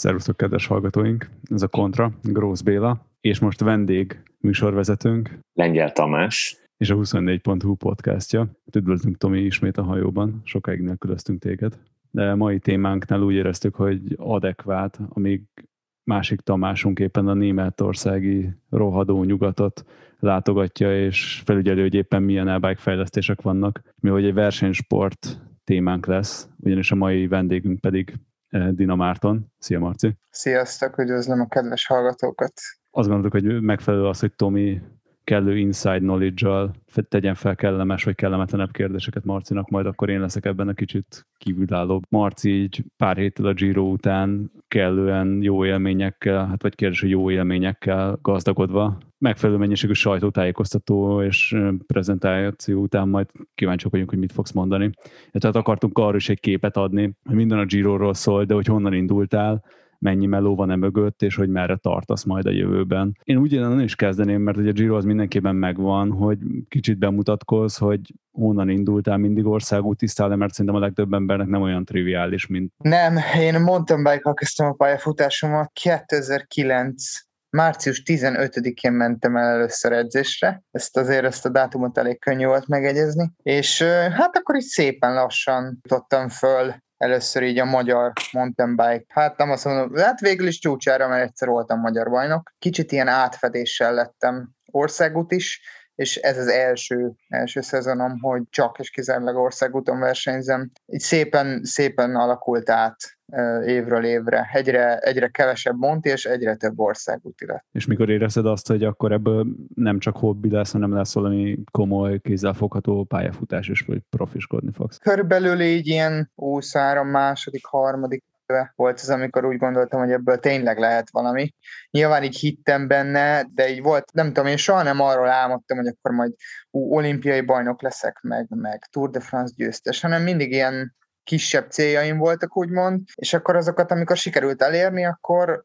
Szervusztok, kedves hallgatóink! Ez a Kontra, Grósz Béla, és most vendég műsorvezetőnk Lengyel Tamás. És a 24.hu podcastja. Üdvözlünk, Tomi, ismét a hajóban. Sokáig nélkülöztünk téged. De mai témánknál úgy éreztük, hogy adekvát, amíg másik Tamásunk éppen a németországi rohadó nyugatot látogatja, és felügyelő, hogy éppen milyen e-bike fejlesztések vannak. Mihogy egy versenysport témánk lesz, ugyanis a mai vendégünk pedig Dina Márton. Szia, Marci! Sziasztok, üdvözlöm a kedves hallgatókat! Azt gondoltuk, hogy megfelelő az, hogy Tomi kellő inside knowledge-al tegyen fel kellemes vagy kellemetlenebb kérdéseket Marcinak, majd akkor én leszek ebben a kicsit kívülálló. Marci így pár héttel a Giro után kellően jó élményekkel, vagy kérdés, hogy jó élményekkel gazdagodva, megfelelő mennyiségű sajtótájékoztató és prezentáció után majd kíváncsiak vagyunk, hogy mit fogsz mondani. Tehát akartunk arra is egy képet adni, hogy minden a Giroról szól, de hogy honnan indultál, mennyi meló van mögött, és hogy merre tartasz majd a jövőben. Én úgy innen is kezdeném, mert ugye a Giro az mindenképpen megvan, hogy kicsit bemutatkozz, hogy honnan indultál, mindig országútisztál, mert szerintem a legtöbb embernek nem olyan triviális, mint... Nem, én mountain bike-kal kezdtem a pályafutásomat 2009 március 15-én mentem el először edzésre, ezt a dátumot elég könnyű volt megegyezni, és hát akkor így szépen lassan jutottam föl először így a magyar mountain bike. Hát nem azt mondom, hát végül is csúcsára, mert egyszer voltam magyar bajnok. Kicsit ilyen átfedéssel lettem országút is, és ez az első szezonom, hogy csak és kizárólag országúton versenyzem. Így szépen alakult át évről évre. Egyre kevesebb monti, és egyre több országúti lett. És mikor érezted azt, hogy akkor ebből nem csak hobbi lesz, hanem lesz valami komoly, kézzelfogható pályafutás, és vagy profiskodni fogsz? Körülbelül így ilyen 23 második, harmadik volt az, amikor úgy gondoltam, hogy ebből tényleg lehet valami. Nyilván így hittem benne, de így volt, nem tudom, én soha nem arról álmodtam, hogy akkor majd olimpiai bajnok leszek, meg Tour de France győztes, hanem mindig ilyen kisebb céljaim voltak, úgymond, és akkor azokat, amikor sikerült elérni, akkor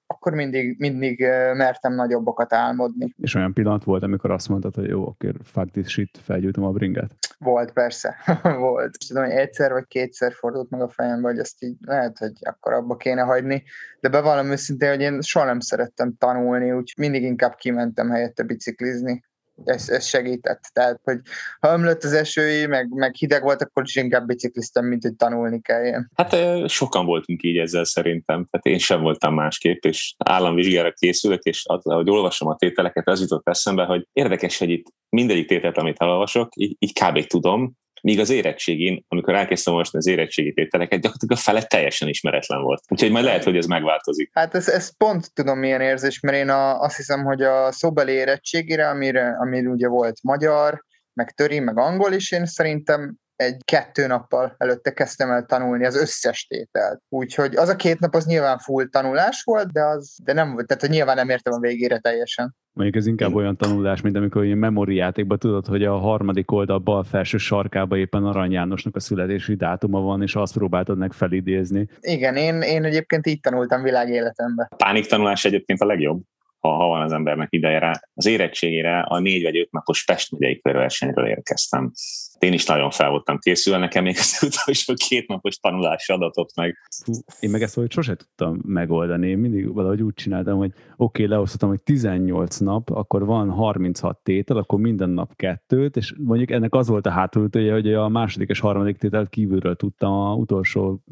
mindig mertem nagyobbakat álmodni. És olyan pillanat volt, amikor azt mondtad, hogy jó, akkor fuck this shit, felgyújtom a bringet? Volt, persze. Volt. Tudom, hogy egyszer vagy kétszer fordult meg a fejembe, hogy ezt így lehet, hogy akkor abba kéne hagyni, de bevallom őszintén, hogy én soha nem szerettem tanulni, úgy mindig inkább kimentem helyette biciklizni. Ez segített. Tehát, hogy ha ömlött az eső, meg hideg volt, akkor is inkább bicikliztem, mint hogy tanulni kelljen. Hát sokan voltunk így ezzel szerintem. Tehát én sem voltam másképp, és államvizsgára készülök, és ahogy olvasom a tételeket, az jutott eszembe, hogy érdekes, hogy itt mindegyik tételt, amit elolvasok, így kb. Tudom, míg az érettségén, amikor elkezdtem olvasni az érettségi tételeket, gyakorlatilag a fele teljesen ismeretlen volt. Úgyhogy majd lehet, hogy ez megváltozik. Hát ez pont tudom milyen érzés, mert én azt hiszem, hogy a szóbeli érettségére, amire ugye volt magyar, meg töri, meg angol is, én szerintem 1-2 nappal előtte kezdtem el tanulni az összes tételt. Úgyhogy az a 2 nap az nyilván full tanulás volt, de nem volt, tehát nyilván nem értem a végére teljesen. Mondjuk ez inkább olyan tanulás, mint amikor ilyen memory játékban tudod, hogy a harmadik oldal bal felső sarkában éppen Arany Jánosnak a születési dátuma van, és azt próbáltad meg felidézni. Igen, én egyébként így tanultam világéletemben. A pániktanulás egyébként a legjobb, ha van az embernek ideje rá. Az érettségére a 4 vagy 5 napos Pest megyei körversenyről érkeztem. Én is nagyon fel voltam készülve, nekem még az utolsó 2 napos tanulási adatot meg. Én meg ezt valahogy sose tudtam megoldani. Én mindig valahogy úgy csináltam, hogy oké, leosztottam, hogy 18 nap, akkor van 36 tétel, akkor minden nap 2, és mondjuk ennek az volt a hátulütője, hogy a második és harmadik tételt kívülről tudtam, a utolsó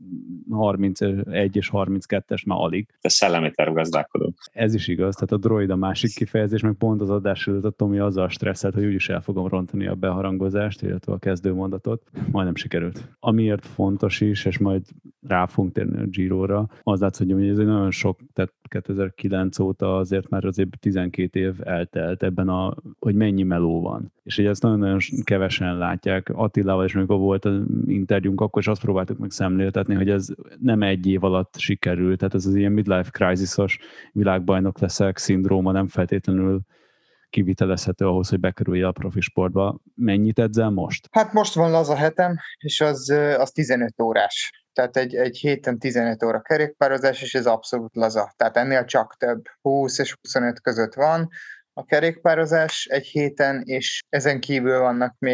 31 és 32-es már alig. Te szellemi tervgazdálkodó. Ez is igaz, tehát a droid a másik kifejezés, meg pont az adás előtt a Tomi azzal stresszelt, hogy úgyis el fogom rontani a beharangozást, illetve a kezdőmondatot. Majdnem sikerült. Amiért fontos is, és majd rá fogunk térni a Girora, az látszik, hogy ez egy nagyon sok, tehát 2009 óta azért már azért 12 év eltelt ebben, hogy mennyi meló van. És ugye ezt nagyon-nagyon kevesen látják. Attilával is, amikor volt az interjúnk, akkor is azt próbáltuk meg szemléltetni, hogy ez nem egy év alatt sikerült, tehát ez az ilyen midlife crisis-os világbajnok leszek szindróma nem feltétlenül kivitelezhető ahhoz, hogy bekerülj a profi sportba. Mennyit edzel most? Hát most van laza hetem, és az 15 órás. Tehát egy héten 15 óra kerékpározás, és ez abszolút laza. Tehát ennél csak több. 20 és 25 között van a kerékpározás egy héten, és ezen kívül vannak még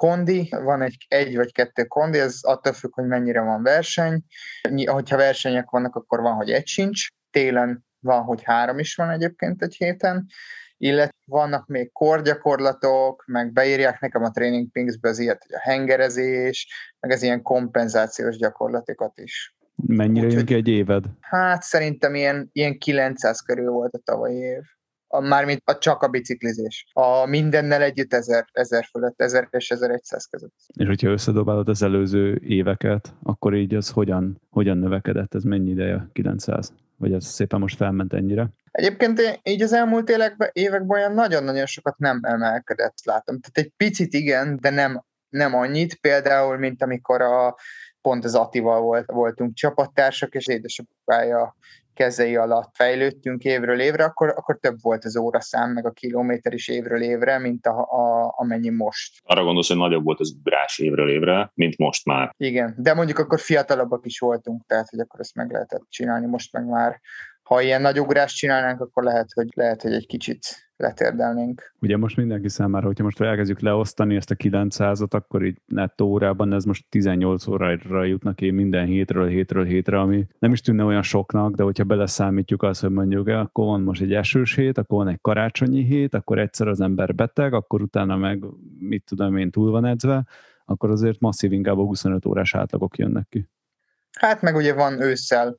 kondi, van egy vagy kettő kondi, ez attól függ, hogy mennyire van verseny. Hogyha versenyek vannak, akkor van, hogy egy sincs. Télen van, hogy 3 is van egyébként egy héten, illetve vannak még core-gyakorlatok, meg beírják nekem a Training Pinksbe az ilyet, hogy a hengerezés, meg az ilyen kompenzációs gyakorlatokat is. Mennyire jön ki egy éved? Hát szerintem ilyen 900 körül volt a tavalyi év. Mármint csak a biciklizés. A mindennel együtt 1000 fölött, 1000 és 1100 között. És hogyha összedobálod az előző éveket, akkor így az hogyan növekedett? Ez mennyi ideje? 900? Vagy ez szépen most felment ennyire? Egyébként így az elmúlt években olyan nagyon-nagyon sokat nem emelkedett, látom. Tehát egy picit igen, de nem annyit. Például, mint amikor pont az Attival voltunk csapattársak, és édesapája kezei alatt fejlődtünk évről évre, akkor több volt az óraszám, meg a kilométer is évről évre, mint amennyi most. Arra gondolsz, hogy nagyobb volt az ugrás évről évre, mint most már. Igen, de mondjuk akkor fiatalabbak is voltunk, tehát hogy akkor ezt meg lehetett csinálni, most meg már, ha ilyen nagy ugrást csinálnánk, akkor lehet, hogy egy kicsit letérdelnénk. Ugye most mindenki számára, hogyha most elkezdjük leosztani ezt a 900-at, akkor így nettó órában ez most 18 órára jutnak én minden hétről, ami nem is tűnne olyan soknak, de hogyha beleszámítjuk azt, hogy mondjuk, akkor van most egy esős hét, akkor van egy karácsonyi hét, akkor egyszer az ember beteg, akkor utána meg, mit tudom én, túl van edzve, akkor azért masszív inkább a 25 órás átlagok jönnek ki. Hát meg ugye van ősszel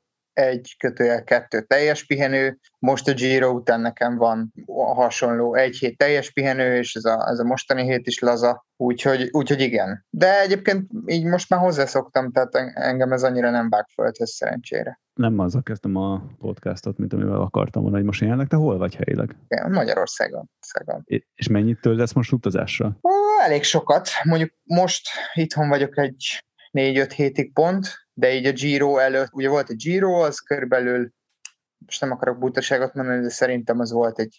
1/2 teljes pihenő, most a Giro után nekem van hasonló 1 hét teljes pihenő, és ez a mostani hét is laza, úgyhogy igen. De egyébként így most már hozzászoktam, tehát engem ez annyira nem vág földhöz szerencsére. Nem azzal kezdtem a podcastot, mint amivel akartam volna, hogy most jelenleg te hol vagy helyileg? Igen, Magyarországon. És mennyit töltesz most utazásra? Elég sokat. Mondjuk most itthon vagyok egy 4-5 hétig pont, de így a Giro előtt, ugye volt egy Giro, az körülbelül, most nem akarok butaságot mondani, de szerintem az volt egy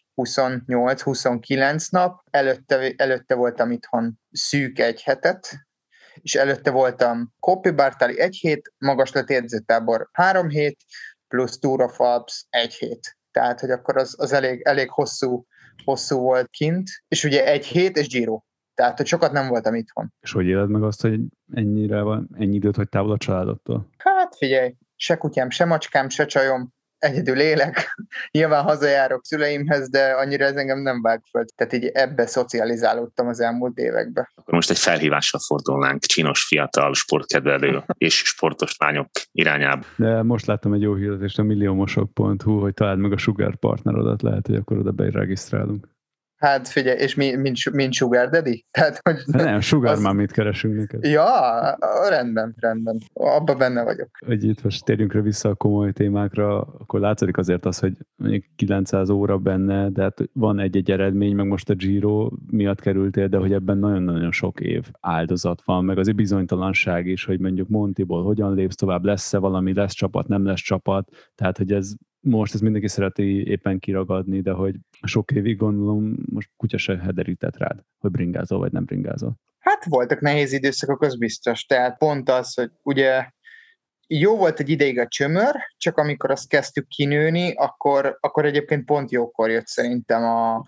28-29 nap, előtte voltam itthon szűk 1 hetet, és előtte voltam Coppi Bartali 1 hét, magaslati edzőtábor 3 hét, plusz Tour of Alps 1 hét. Tehát, hogy akkor az elég hosszú volt kint, és ugye 1 hét és Giro. Tehát, hogy sokat nem voltam itthon. És hogy éled meg azt, hogy ennyi időt vagy távol a családottól? Hát figyelj, se kutyám, se macskám, se csajom, egyedül élek. Nyilván hazajárok szüleimhez, de annyira ez engem nem vág föl. Tehát így ebbe szocializálódtam az elmúlt években. Akkor most egy felhívással fordulnánk csinos, fiatal, sportkedvelő és sportos lányok irányába. De most láttam egy jó hirdetést a milliómosok.hu, hogy találd meg a Sugar partnerodat, lehet, hogy akkor oda beregisztrálunk. Hát figyelj, és mint Sugar Daddy? Tehát, hogy nem, Sugar Mummy-t keresünk neked. Ja, rendben. Abban benne vagyok. Hogy itt most térjünk rá vissza a komoly témákra, akkor látszik azért az, hogy mondjuk 900 óra benne, de hát van egy eredmény, meg most a Giro miatt kerültél, de hogy ebben nagyon-nagyon sok év áldozat van, meg azért bizonytalanság is, hogy mondjuk Montiból hogyan lépsz tovább, lesz-e valami, lesz csapat, nem lesz csapat, tehát hogy ez mindenki szereti éppen kiragadni, de hogy sok évig gondolom, most kutya se hederített rád, hogy bringázol vagy nem bringázol. Hát voltak nehéz időszakok, az biztos. Tehát pont az, hogy ugye jó volt egy ideig a csömör, csak amikor azt kezdtük kinőni, akkor egyébként pont jókor jött szerintem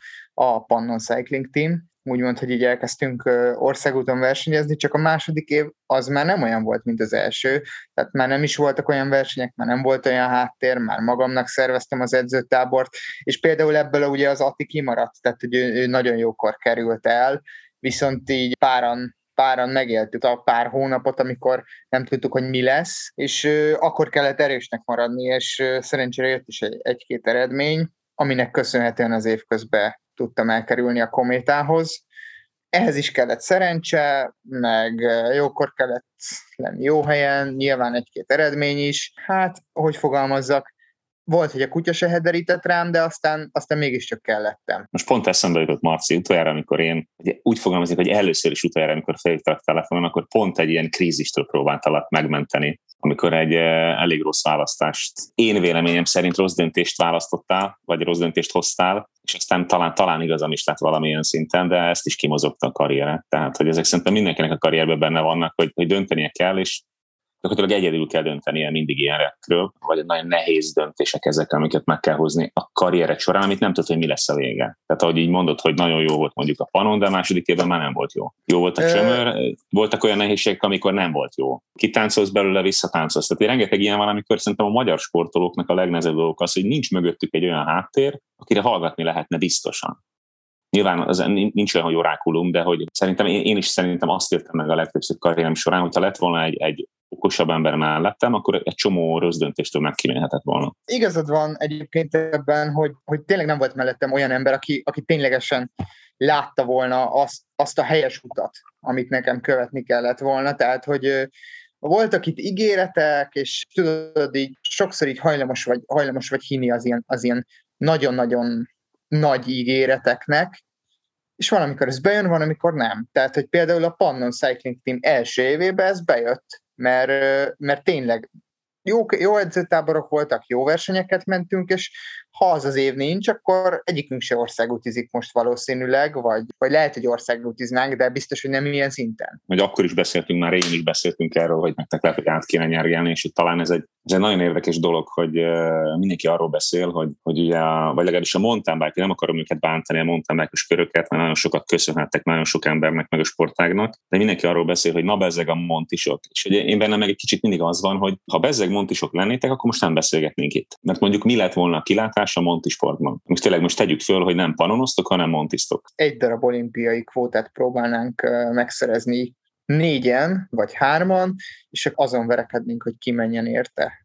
a Pannon Cycling Team, úgymond, hogy így elkezdtünk országúton versenyezni, csak a második év az már nem olyan volt, mint az első, tehát már nem is voltak olyan versenyek, már nem volt olyan háttér, már magamnak szerveztem az edzőtábort, és például ebből ugye az Atti kimaradt, tehát hogy ő nagyon jókor került el, viszont így páran megéltük a pár hónapot, amikor nem tudtuk, hogy mi lesz, és akkor kellett erősnek maradni, és szerencsére jött is egy-két eredmény, aminek köszönhetően az év közben tudtam elkerülni a Kométához. Ehhez is kellett szerencse, meg jókor kellett lenni jó helyen, nyilván egy-két eredmény is. Hát, hogy fogalmazzak, volt, hogy a kutya se hederített rám, de aztán mégiscsak kellettem. Most pont eszembe jutott, Marci, utoljára, amikor én úgy fogalmazik, hogy először is utoljára, amikor felhívtak telefonon, akkor pont egy ilyen krízistől próbáltalak megmenteni, amikor egy elég rossz választást, én véleményem szerint rossz döntést választottál, vagy rossz döntést hoztál, és aztán talán igazam is lett valamilyen szinten, de ezt is kimozogta a karriere. Tehát, hogy ezek szerintem mindenkinek a karrierben benne vannak, hogy döntenie kell, és gyakorlatilag egyedül kell döntenie mindig ilyenekről, vagy nagyon nehéz döntések ezek, amiket meg kell hozni a karriered során, amit nem tudod, hogy mi lesz a vége. Tehát ahogy így mondod, hogy nagyon jó volt mondjuk a Panon, de a második évben már nem volt jó. Jó volt a Csömör, voltak olyan nehézségek, amikor nem volt jó. Kitáncolsz belőle, visszatáncolsz. Tehát rengeteg ilyen van, amikor szerintem a magyar sportolóknak a legnehezebb dolgok az, hogy nincs mögöttük egy olyan háttér, akire hallgatni lehetne biztosan. Nyilván az nincs olyan, hogy orákulum, de hogy szerintem én is szerintem azt értem meg a legtöbbször karrierem során, hogyha lett volna egy okosabb ember mellettem, akkor egy csomó rossz döntéstől megkímélhetett volna. Igazad van egyébként ebben, hogy tényleg nem volt mellettem olyan ember, aki ténylegesen látta volna azt a helyes utat, amit nekem követni kellett volna. Tehát, hogy voltak itt ígéretek, és tudod, így sokszor így hajlamos vagy hinni az ilyen nagyon-nagyon nagy ígéreteknek, és van, amikor ez bejön, van, amikor nem. Tehát, hogy például a Pannon Cycling Team első évében ez bejött, mert tényleg jó edzőtáborok voltak, jó versenyeket mentünk, és ha az év nincs, akkor egyikünk se országútizik most valószínűleg, vagy lehet, hogy országútiznánk, de biztos, hogy nem ilyen szinten. Vagy akkor is beszéltünk, már én is beszéltünk erről, hogy nektek lehet, hogy át kéne nyergelni, és talán ez egy nagyon érdekes dolog, hogy mindenki arról beszél, hogy ugye, vagy legalábbis a mountain bike, nem akarom őket bántani, a mountain bike-os köröket, mert nagyon sokat köszönhettek nagyon sok embernek, meg a sportágnak, de mindenki arról beszél, hogy na bezzeg a montisok. És ugye én bennem meg egy kicsit mindig az van, hogy ha bezzeg montisok lennétek, akkor most nem beszélgetnénk itt. Mert mondjuk mi lett volna a kilátás a montisportban? Most tegyük föl, hogy nem panonoztok, hanem montisztok. Egy darab olimpiai kvótát próbálnánk megszerezni 4-en, vagy 3-an, és azon verekednénk, hogy ki menjen érte.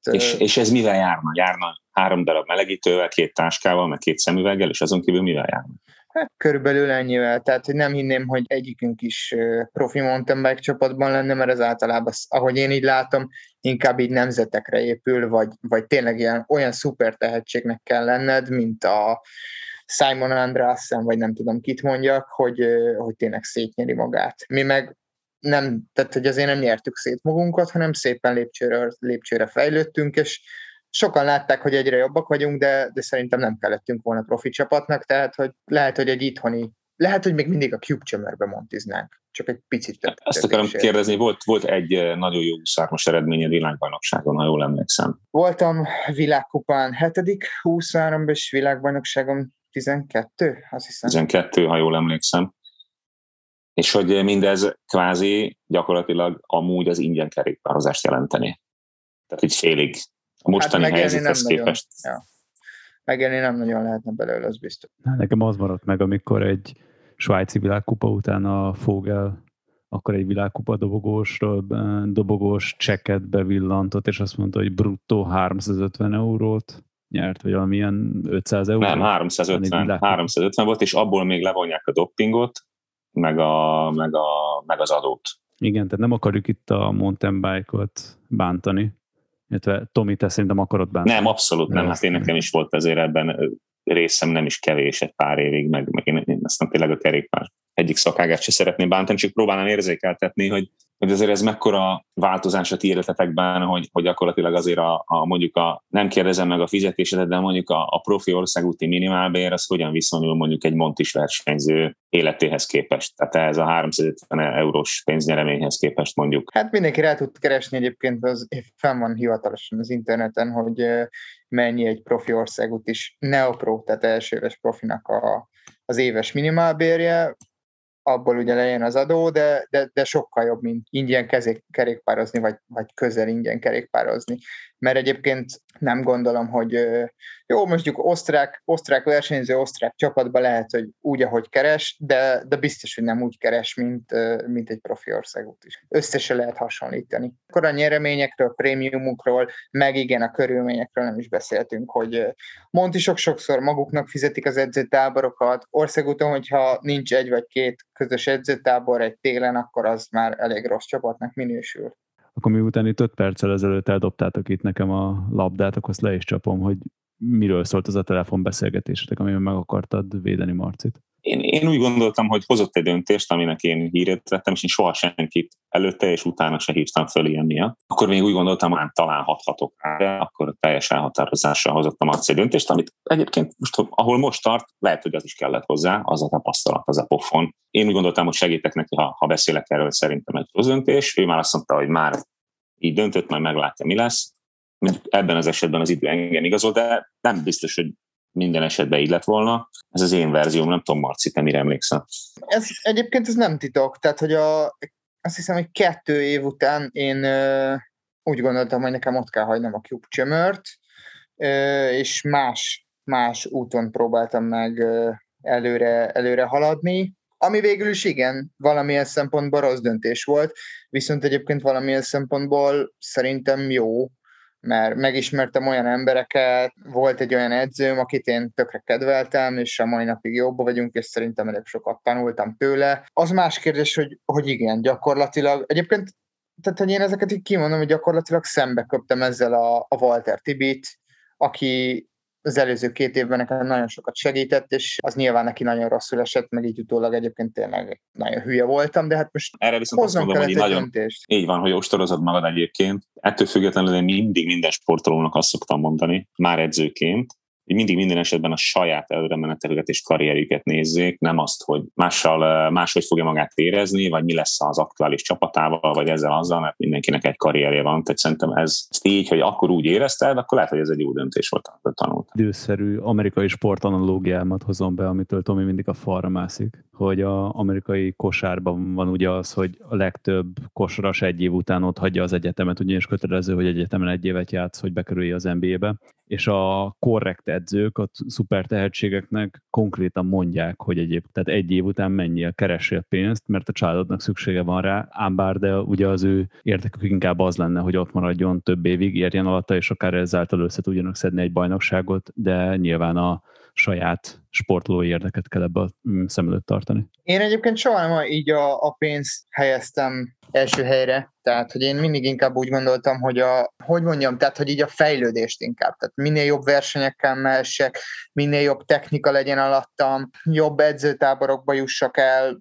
És ez mivel járna? Járna 3 darab melegítővel, 2 táskával, meg 2 szemüveggel, és azon kívül mivel járna? Hát körülbelül ennyivel, tehát hogy nem hinném, hogy egyikünk is profi mountain bike csapatban lenne, mert ez általában, ahogy én így látom, inkább így nemzetekre épül, vagy tényleg olyan szuper tehetségnek kell lenned, mint a Simon Andreasen, vagy nem tudom kit mondjak, hogy tényleg szétnyeri magát. Mi meg nem, tehát hogy azért nem nyertük szét magunkat, hanem szépen lépcsőre fejlődtünk, és sokan látták, hogy egyre jobbak vagyunk, de szerintem nem kellettünk volna profi csapatnak, tehát hogy lehet, hogy egy itthoni, lehet, hogy még mindig a Cube Csömörbe montiznánk, csak egy picit több. Ezt akarom kérdezni, volt egy nagyon jó 23-as eredményed világbajnokságon, ha jól emlékszem. Voltam világkupán 7. 23-ban, és világbajnokságon 12, azt hiszem. 12, ha jól emlékszem. És hogy mindez kvázi gyakorlatilag amúgy az ingyen kerékpározást jelenteni. Tehát így félig. A mostani helyzethez képest. Ja. Megélni nem nagyon lehetne belőle, az biztos. Nekem az maradt meg, amikor egy svájci világkupa után a Vogel akkor egy világkupa dobogós csekket bevillantott, és azt mondta, hogy bruttó 350 eurót nyert, vagy valamilyen 500 eurót. Nem, 350 volt, és abból még levonják a doppingot, meg az adót. Igen, tehát nem akarjuk itt a mountain bike-ot bántani. Illetve Tomi, te szerintem akarod bántani. Nem, abszolút nem. Hát én nekem is volt azért ebben részem nem is kevés egy pár évig, meg én aztán tényleg a kerékpár egyik szakágát se szeretném bántani, csak próbálnám érzékeltetni, hogy azért ez mekkora változás a ti életetekben, hogy gyakorlatilag azért mondjuk nem kérdezem meg a fizetésedet, de mondjuk a profi országúti minimálbér, az hogyan viszonyul mondjuk egy montis versenyző életéhez képest. Tehát ez a 350 eurós pénznyereményhez képest mondjuk. Hát mindenki rá tud keresni egyébként, az fenn van hivatalosan az interneten, hogy mennyi egy profi országút is neopro, tehát elsőéves profinak az éves minimálbérje, abból ugye lejön az adó, de sokkal jobb, mint ingyen kerékpározni, vagy közel ingyen kerékpározni. Mert egyébként nem gondolom, hogy jó, mondjuk osztrák versenyző, osztrák csapatban lehet, hogy úgy, ahogy keres, de biztos, hogy nem úgy keres, mint egy profi országút is. Össze lehet hasonlítani. Akkor a nyereményekről, a prémiumukról, meg igen, a körülményekről nem is beszéltünk, hogy montisok sokszor maguknak fizetik az edzőtáborokat, országúton, hogyha nincs 1 vagy 2 közös edzőtábor egy télen, akkor az már elég rossz csapatnak minősül. Akkor miután itt 5 perccel ezelőtt eldobtátok itt nekem a labdát, akkor azt le is csapom, hogy miről szólt az a telefonbeszélgetésetek, amiben meg akartad védeni Marcit. Én úgy gondoltam, hogy hozott egy döntést, aminek én híret vettem, és én soha senkit előtte és utána se hívtam föl ilyen miatt. Akkor még úgy gondoltam, hogy talán hathatok rá, akkor teljes elhatározással hozott a Marci egy döntést, amit egyébként ahol most tart, lehet, hogy az is kellett hozzá, az a tapasztalat, az a pofon. Én úgy gondoltam, hogy segítek neki, ha beszélek erről, szerintem egy rossz döntés. Ő már azt mondta, hogy már így döntött, majd meglátja, mi lesz. Ebben az esetben az idő engem igazol, de nem biztos, hogy minden esetben így lett volna. Ez az én verzióm, nem tudom, Marci, te mire emlékszel? Egyébként ez nem titok, tehát hogy azt hiszem, hogy 2 év után én úgy gondoltam, hogy nekem ott kell hagynom a Cube csömört, és más úton próbáltam meg előre haladni, ami végül is igen, valamilyen szempontból rossz döntés volt, viszont egyébként valamilyen szempontból szerintem jó, mert megismertem olyan embereket, volt egy olyan edzőm, akit én tökre kedveltem, és a mai napig jobban vagyunk, és szerintem elég sokat tanultam tőle. Az más kérdés, hogy igen, gyakorlatilag, egyébként, tehát hogy én ezeket így kimondom, hogy gyakorlatilag szembe köptem ezzel a Walter Tibit, aki az előző 2 évben nekem nagyon sokat segített, és az nyilván neki nagyon rosszul esett, meg így utólag egyébként tényleg nagyon hülye voltam, de hát most erre viszont azt mondom, hogy nagyon döntést. Így van, hogy ostorozod magad egyébként. Ettől függetlenül én mindig minden sportolónak azt szoktam mondani, már edzőként, hogy mindig minden esetben a saját előremenetelüket és karrierjüket nézzék, nem azt, hogy máshogy fogja magát érezni, vagy mi lesz az aktuális csapatával, vagy azzal, mert mindenkinek egy karrierje van. Tehát szerintem ezt így, hogy akkor úgy érezted, akkor lehet, hogy ez egy jó döntés volt, amit tanult. Időszerű amerikai sportanalógiámat hozom be, amitől Tomi mindig a falra mászik, hogy az amerikai kosárban van ugye az, hogy a legtöbb kosaras 1 év után ott hagyja az egyetemet, ugyanis kötelező, hogy egyetemen 1 évet játsz, hogy bekerülje az NBA-be, és a korrekt edzők a szuper tehetségeknek konkrétan mondják, hogy tehát 1 év után menjél, keressél pénzt, mert a családodnak szüksége van rá, ám bár, de ugye az ő érdekük inkább az lenne, hogy ott maradjon több évig, érjen alatta, és akár ezáltal össze tudjanak szedni egy bajnokságot, de nyilván a saját sportolói érdeket kell ebbe szem előtt tartani. Én egyébként soha nem így a pénzt helyeztem első helyre, tehát hogy én mindig inkább úgy gondoltam, hogy tehát hogy így a fejlődést inkább, tehát minél jobb versenyekkel mehessek, minél jobb technika legyen alattam, jobb edzőtáborokba jussak el,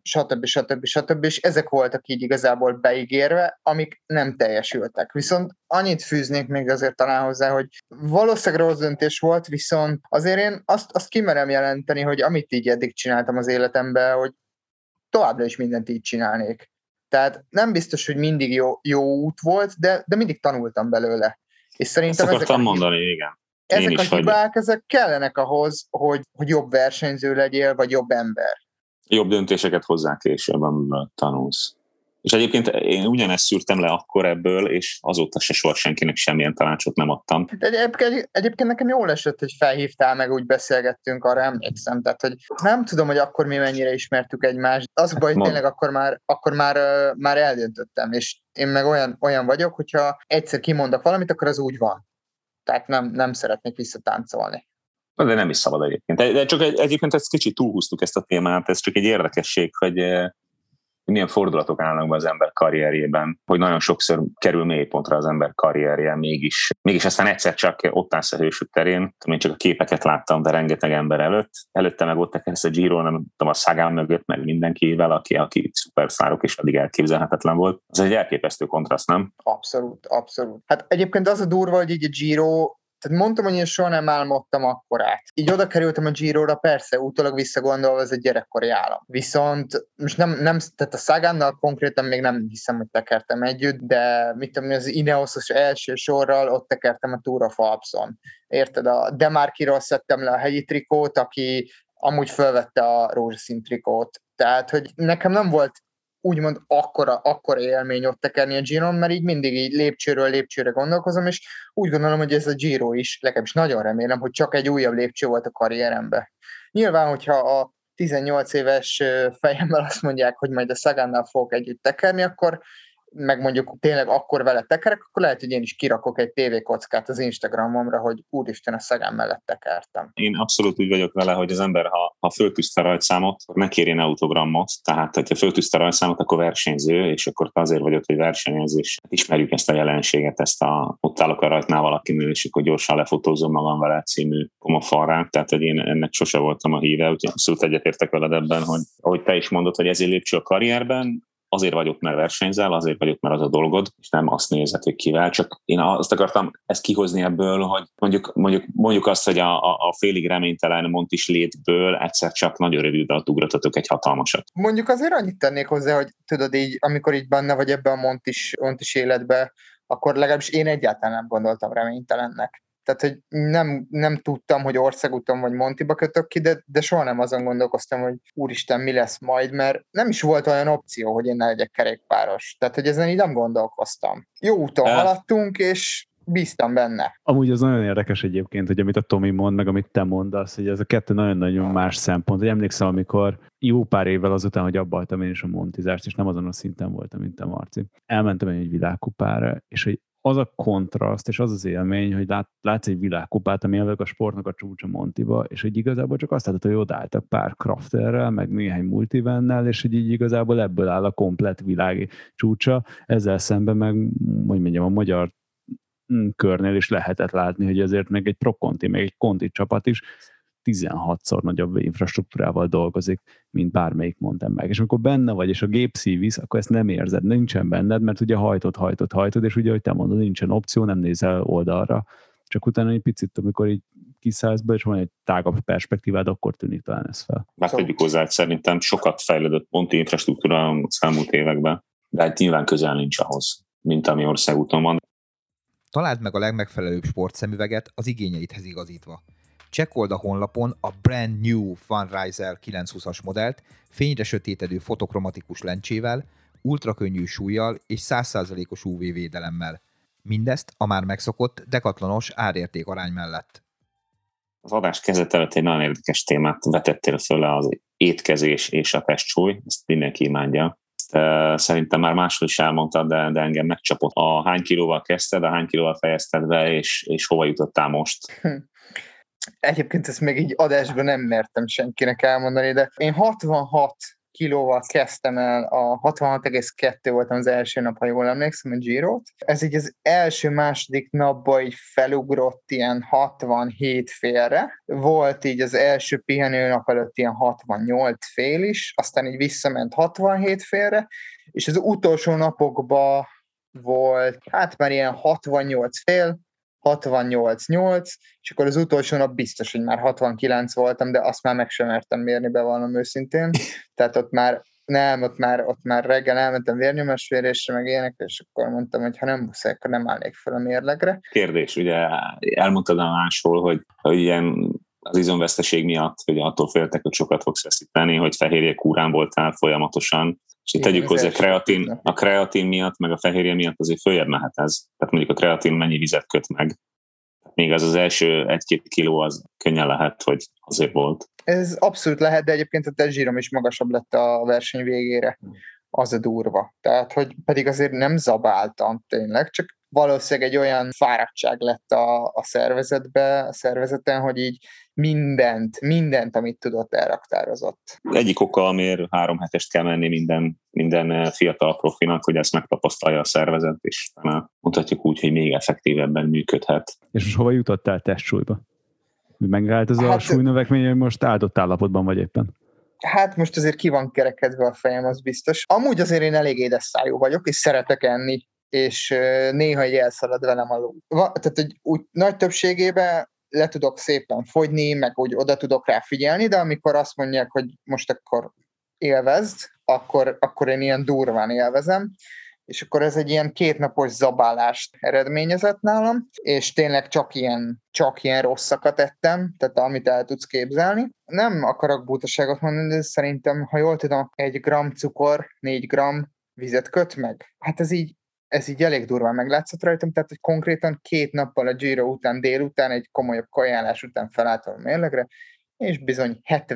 stb. És ezek voltak így igazából beígérve, amik nem teljesültek. Viszont annyit fűznék még azért talán hozzá, hogy valószínűleg rossz döntés volt, viszont azért én azt kimerem jelenteni, hogy amit így eddig csináltam az életemben, hogy továbbra is mindent így csinálnék. Tehát nem biztos, hogy mindig jó út volt, de mindig tanultam belőle. És szerintem ezt akartam mondani, igen. Ezek a hibák, ezek kellenek ahhoz, hogy jobb versenyző legyél, vagy jobb ember. Jobb döntéseket hozzá később, amiből tanulsz. És egyébként én ugyanezt szűrtem le akkor ebből, és azóta se soha senkinek semmilyen tanácsot nem adtam. De egyébként nekem jól esett, hogy felhívtál, meg úgy beszélgettünk, arra emlékszem. Tehát, hogy nem tudom, hogy akkor mi mennyire ismertük egymást. Az baj, hogy tényleg akkor már eldöntöttem, és én meg olyan vagyok, hogyha egyszer kimondok valamit, akkor az úgy van. Tehát nem szeretnék visszatáncolni. De nem is szabad egyébként. De csak egyébként ezt kicsit túlhúztuk ezt a témát, ez csak egy érdekesség, hogy milyen fordulatok állnak be az ember karrierjében, hogy nagyon sokszor kerül mélypontra az ember karrierje, mégis aztán egyszer csak ott állsz a hősök terén. Én csak a képeket láttam, de rengeteg ember előtte meg ott tekersz a Giro, nem tudom, a Sagan mögött, meg mindenkivel, aki szupersztárok, és addig elképzelhetetlen volt. Ez egy elképesztő kontraszt, nem? Abszolút. Hát egyébként az a durva, hogy így a Giro, tehát mondtam, hogy én soha nem álmodtam akkorát. Így oda kerültem a Giro-ra, persze, utólag visszagondolva, ez egy gyerekkori álom. Viszont most nem tehát a Sagannal konkrétan még nem hiszem, hogy tekertem együtt, de mit tudom, az Ineosos első sorral ott tekertem a Tour of Alpson. Érted? A Demarquiról szedtem le a hegyi trikót, aki amúgy felvette a rózsaszín trikót. Tehát, hogy nekem nem volt úgymond akkora élmény ott tekerni a Giron, mert így mindig így lépcsőről lépcsőre gondolkozom, és úgy gondolom, hogy ez a Giro is, legalábbis nagyon remélem, hogy csak egy újabb lépcső volt a karrieremben. Nyilván, hogyha a 18 éves fejemmel azt mondják, hogy majd a Sagannal fogok együtt tekerni, akkor meg mondjuk tényleg akkor vele tekerek, akkor lehet, hogy én is kirakok egy tévékockát az Instagramomra, hogy úristen, a Sagan mellett tekertem. Én abszolút úgy vagyok vele, hogy az ember, ha föltűzte a rajtszámot, ne kérjen autogramot, tehát ha föltűzte a rajtszámot, akkor versenyző, és akkor azért vagyok, hogy versenyez, és ismerjük ezt a jelenséget, ott állok a rajtnál valakinél, és akkor gyorsan lefotózom magam vele című komafalrát, tehát hogy én ennek sose voltam a híve, úgyhogy abszolút egyetértek veled ebben, hogy ahogy te is mondod, hogy ezért lépcső a karrierben, azért vagyok, mert versenyzel, azért vagyok, mert az a dolgod, és nem azt nézed, hogy kivel. Csak én azt akartam ezt kihozni ebből, hogy mondjuk azt, hogy a félig reménytelen Montis létből egyszer csak nagyon rövid alatt ugratotok egy hatalmasat. Mondjuk azért annyit tennék hozzá, hogy tudod így, amikor így benne vagy ebben a Montis életbe, akkor legalábbis én egyáltalán nem gondoltam reménytelennek. Tehát, hogy nem tudtam, hogy országúton vagy Montiba kötök ki, de soha nem azon gondolkoztam, hogy úristen, mi lesz majd, mert nem is volt olyan opció, hogy én ne legyek kerékpáros. Tehát, hogy ezen így nem gondolkoztam. Jó úton haladtunk, és bíztam benne. Amúgy az nagyon érdekes egyébként, hogy amit a Tomi mond, meg amit te mondasz, hogy ez a kettő nagyon-nagyon más szempont. Hogy emlékszem, amikor jó pár évvel azután, hogy abba hagytam én is a montizást, és nem azon a szinten voltam, mint a Marci. Elmentem egy világkupára, és hogy az a kontraszt, és az az élmény, hogy látsz egy világkupát, ami a sportnak a csúcsa Montiba, és hogy igazából csak azt látod, hogy odaálltak pár crafterrel, meg néhány multivennel, és hogy így igazából ebből áll a komplett világi csúcsa. Ezzel szemben meg, hogy mondjam, a magyar körnél is lehetett látni, hogy ezért meg egy Pro Conti, meg egy Conti csapat is 16-szor nagyobb infrastruktúrával dolgozik, mint bármelyik mountain bike. És amikor benne vagy, és a gép szívisz, akkor ezt nem érzed, nincsen benned, mert ugye hajtod, és ugye, hogy te mondod, nincsen opció, nem nézel oldalra. Csak utána egy picit, amikor így kiszállsz be, és van egy tágabb perspektívád, akkor tűnik talán ez fel. Már tegyük hozzá, szerintem sokat fejlődött Monti infrastruktúra az elmúlt években, de hát nyilván közel nincs ahhoz, mint ami országúton van. Találd meg a legmegfelelőbb sportszemüveget az igényeidhez igazítva. Csekkold a honlapon a Brand New Funriser 920-as modellt fényre sötétedő fotokromatikus lencsével, ultrakönnyű súlyjal és 100%-os UV védelemmel. Mindezt a már megszokott dekatlanos árérték arány mellett. Az adás kezdet előtt egy nagyon érdekes témát vetettél föl, az étkezés és a testsúly, ezt mindenki imádja. Szerintem már máshol is elmondtad, de engem megcsapott. A hány kilóval kezdted, a hány kilóval fejezted be, és hova jutottál most? Egyébként ezt még így adásban nem mertem senkinek elmondani, de én 66 kilóval kezdtem el, a 66,2 voltam az első nap, ha jól emlékszem, a Girot. Ez így az első-második napban így felugrott ilyen 67 félre. Volt így az első pihenőnap előtt ilyen 68 fél is, aztán így visszament 67 félre, és az utolsó napokban volt, hát már ilyen 68 fél, 68-8, és akkor az utolsó nap biztos, hogy már 69 voltam, de azt már meg sem mertem mérni, bevallom őszintén. Tehát ott már reggel elmentem vérnyomásmérésre, meg ilyenek, és akkor mondtam, hogy ha nem muszáj, akkor nem állnék fel a mérlegre. Kérdés, ugye elmondtad a máshol, hogy ilyen az izomveszteség miatt, hogy attól féltek, hogy sokat fogsz veszíteni, hogy fehérje kúrán voltál folyamatosan, és itt tegyük hozzá, a kreatin miatt, meg a fehérje miatt azért följebb mehet ez. Tehát mondjuk a kreatin mennyi vizet köt meg. Még az első 1-2 kiló az könnyen lehet, hogy azért volt. Ez abszolút lehet, de egyébként a testzsírom is magasabb lett a verseny végére. Az a durva. Tehát, hogy pedig azért nem zabáltam tényleg, csak valószínűleg egy olyan fáradtság lett a szervezeten, hogy így mindent, amit tudott, elraktározott. Egyik oka, amiért 3 hetest kell menni minden fiatal profinak, hogy ezt megtapasztalja a szervezet, és mondhatjuk úgy, hogy még effektívebben működhet. És most hova jutottál testsúlyba? Megállt ez a súlynövekmény, hogy most áldott állapotban vagy éppen? Hát most azért ki van kerekedve a fejem, az biztos. Amúgy azért én elég édes szájú vagyok, és szeretek enni, és néha így elszalad velem a ló. Tehát egy úgy nagy többségében le tudok szépen fogyni, meg úgy oda tudok rá figyelni, de amikor azt mondják, hogy most akkor élvezd, akkor én ilyen durván élvezem, és akkor ez egy ilyen 2 napos zabálást eredményezett nálam, és tényleg csak ilyen rosszakat ettem, tehát amit el tudsz képzelni. Nem akarok butaságot mondani, de szerintem, ha jól tudom, 1 gram cukor, 4 gram vizet köt meg. Hát ez így elég durván meglátszott rajtam, tehát hogy konkrétan 2 nappal a Giro után, délután, egy komolyabb kajálás után felálltam a mérlegre, és bizony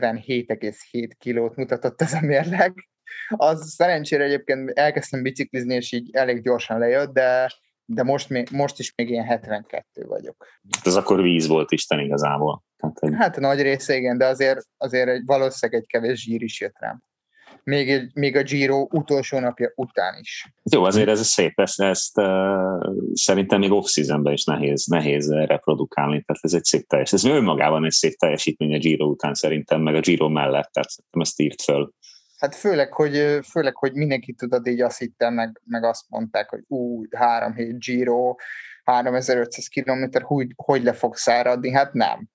77,7 kilót mutatott ez a mérleg. Az szerencsére egyébként elkezdtem biciklizni, és így elég gyorsan lejött, de most is még ilyen 72 vagyok. Hát ez akkor víz volt Isten igazából. Hát a nagy része igen, de azért valószínűleg egy kevés zsír is jött rám. Még a Giro utolsó napja után is. Jó, azért ez szép, ezt szerintem még off-seasonben is nehéz reprodukálni, tehát ez egy szép ez önmagában egy szép teljesítmény a Giro után szerintem, meg a Giro mellett, tehát szerintem ezt írt föl. Hát főleg, hogy mindenki tudod, így azt hittem, meg azt mondták, hogy 3 hét Giro, 3500 kilométer, hogy le fog száradni? Hát nem.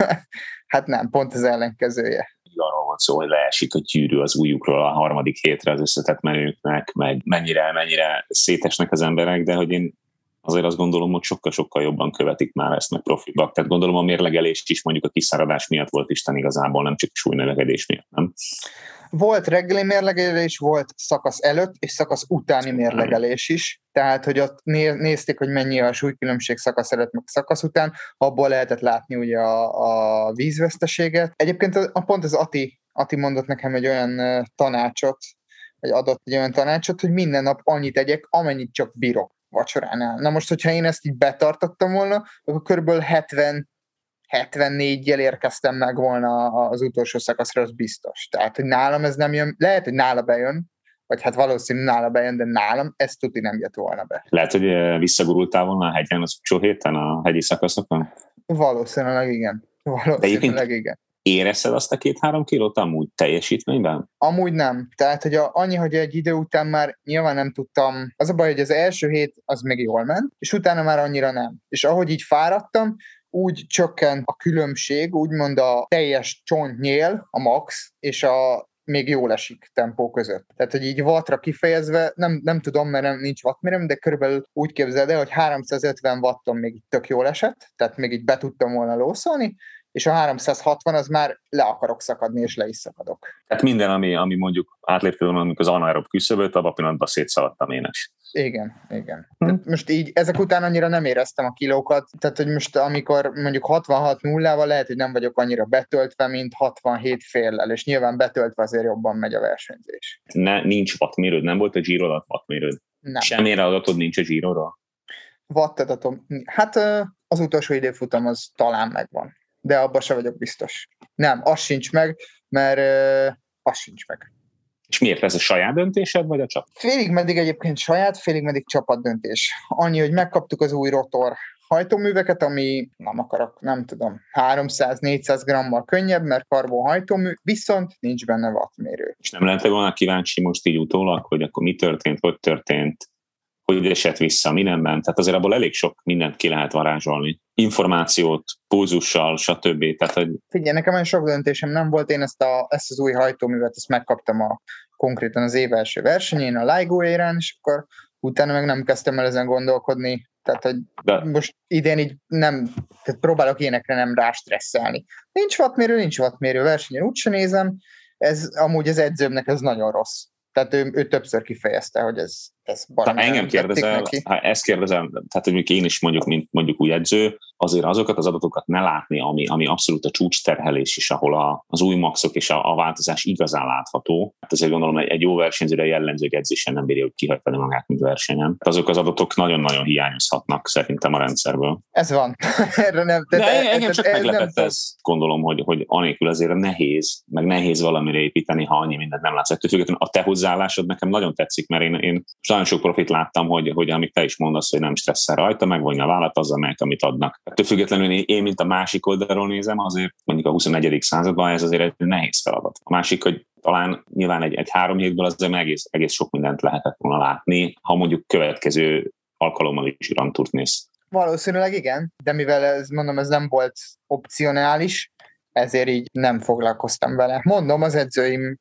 Hát nem, pont az ellenkezője. Arról van szó, hogy leesik a gyűrű az ujjukról a 3. hétre az összetett menőknek, meg mennyire szétesnek az emberek, de hogy én azért azt gondolom, hogy sokkal-sokkal jobban követik már ezt, meg profibak. Tehát gondolom a mérlegelés is mondjuk a kiszáradás miatt volt Isten igazából, nem csak a súlynövekedés miatt, nem? Volt reggeli mérlegelés, volt szakasz előtt és szakasz utáni mérlegelés is, tehát hogy ott nézték, hogy mennyi a súlykülönbség szakasz előtt, meg szakasz után, abból lehetett látni ugye a vízveszteséget. Egyébként pont az Ati mondott nekem egy olyan tanácsot, vagy adott egy olyan tanácsot, hogy minden nap annyit egyek, amennyit csak bírok vacsoránál. Na most, hogyha én ezt így betartottam volna, akkor körülbelül 74-jel érkeztem meg volna az utolsó szakaszra, az biztos. Tehát, hogy nálam ez nem jön, lehet, hogy nála bejön, vagy hát valószínűleg nála bejön, de nálam ez tuti nem jött volna be. Lehet, hogy visszagurultál volna a hegyen az utolsó héten, a hegyi szakaszokon? Valószínűleg igen. Igen. Érezted azt a 2-3 kilót amúgy teljesítményben? Amúgy nem. Tehát, hogy annyi, hogy egy idő után már nyilván nem tudtam. Az a baj, hogy az első hét az még jól ment, és utána már annyira nem. És ahogy így fáradtam, úgy csökken a különbség, úgymond a teljes csontnyél, a max, és a még jól esik tempó között. Tehát, hogy így wattra kifejezve, nem tudom, mert nincs wattmérőm, de körülbelül úgy képzeld el, hogy 350 watton még így tök jól esett, tehát még így be tudtam volna lószolni, és a 360 az már le akarok szakadni, és le is szakadok. Tehát minden, ami mondjuk átlépte volna az anaerob küszöböt, abban a pillanatban szétszaladtam én is. Igen. Most így ezek után annyira nem éreztem a kilókat, tehát hogy most amikor mondjuk 66-0-val lehet, hogy nem vagyok annyira betöltve, mint 67 féllel, és nyilván betöltve azért jobban megy a versenyzés. Nincs wattmérőd, nem volt a Giro alatt wattmérőd? Nem. Semmire adatod nincs a Giroról? Wattadatom. Hát az utolsó időfutam az talán megvan, de abban se vagyok biztos. Nem, az sincs meg, mert az sincs meg. És miért? Ez a saját döntésed, vagy a csapat? Félig meddig egyébként saját, félig meddig csapatdöntés. Annyi, hogy megkaptuk az új rotor hajtóműveket, ami nem tudom, 300-400 grammal könnyebb, mert karbon hajtómű, viszont nincs benne wattmérő. És nem lehetne volna kíváncsi most így utólag, hogy akkor mi történt, hogy történt, hogy esett vissza, mi nem ment. Tehát azért abból elég sok mindent ki lehet varázsolni. Információt, pulzussal, stb. Tehát, hogy... Figyelj, nekem olyan sok döntésem nem volt, én ezt az új hajtóművet, ezt megkaptam konkrétan az év első versenyén, a LIGO érán, és akkor utána meg nem kezdtem el ezen gondolkodni. Tehát, hogy most idén így nem, tehát próbálok ilyenekre nem rástresszelni. Nincs wattmérő, versenyen úgyse nézem, ez amúgy az edzőmnek ez nagyon rossz. Tehát ő többször kifejezte, hogy ez baromi. Engem kérdezel, ha ezt kérdezem, tehát hogy én is mondjuk új edző, azért azokat az adatokat ne látni, ami abszolút a csúcsterhelés is, ahol az új maxok és a változás igazán látható. Hát ezért gondolom, egy jó versenyzőre jellemző edzésen nem bírja, hogy kihagyni magát, mint versenyen. Azok az adatok nagyon-nagyon hiányozhatnak szerintem a rendszerből. Ez van. Erre nem. Engem csak meglepett ez. Gondolom, hogy anélkül azért nehéz valamire építeni, ha annyi mindent nem látsz. Ettől függetlenül a te hozzáállásod nekem nagyon tetszik, mert én nagyon sok profit láttam, hogy amit te is mondasz, hogy nem stresszel rajta, megvonja a vállat, azzal meg, amit adnak. Ettől függetlenül én, mint a másik oldalról nézem, azért mondjuk a 21. században ez azért egy nehéz feladat. A másik, hogy talán nyilván egy 3 hétből azért egész sok mindent lehetett volna látni, ha mondjuk következő alkalommal is Grand Tourt néz. Valószínűleg igen, de mivel ez nem volt opcionális, ezért így nem foglalkoztam vele. Mondom, az edzőim,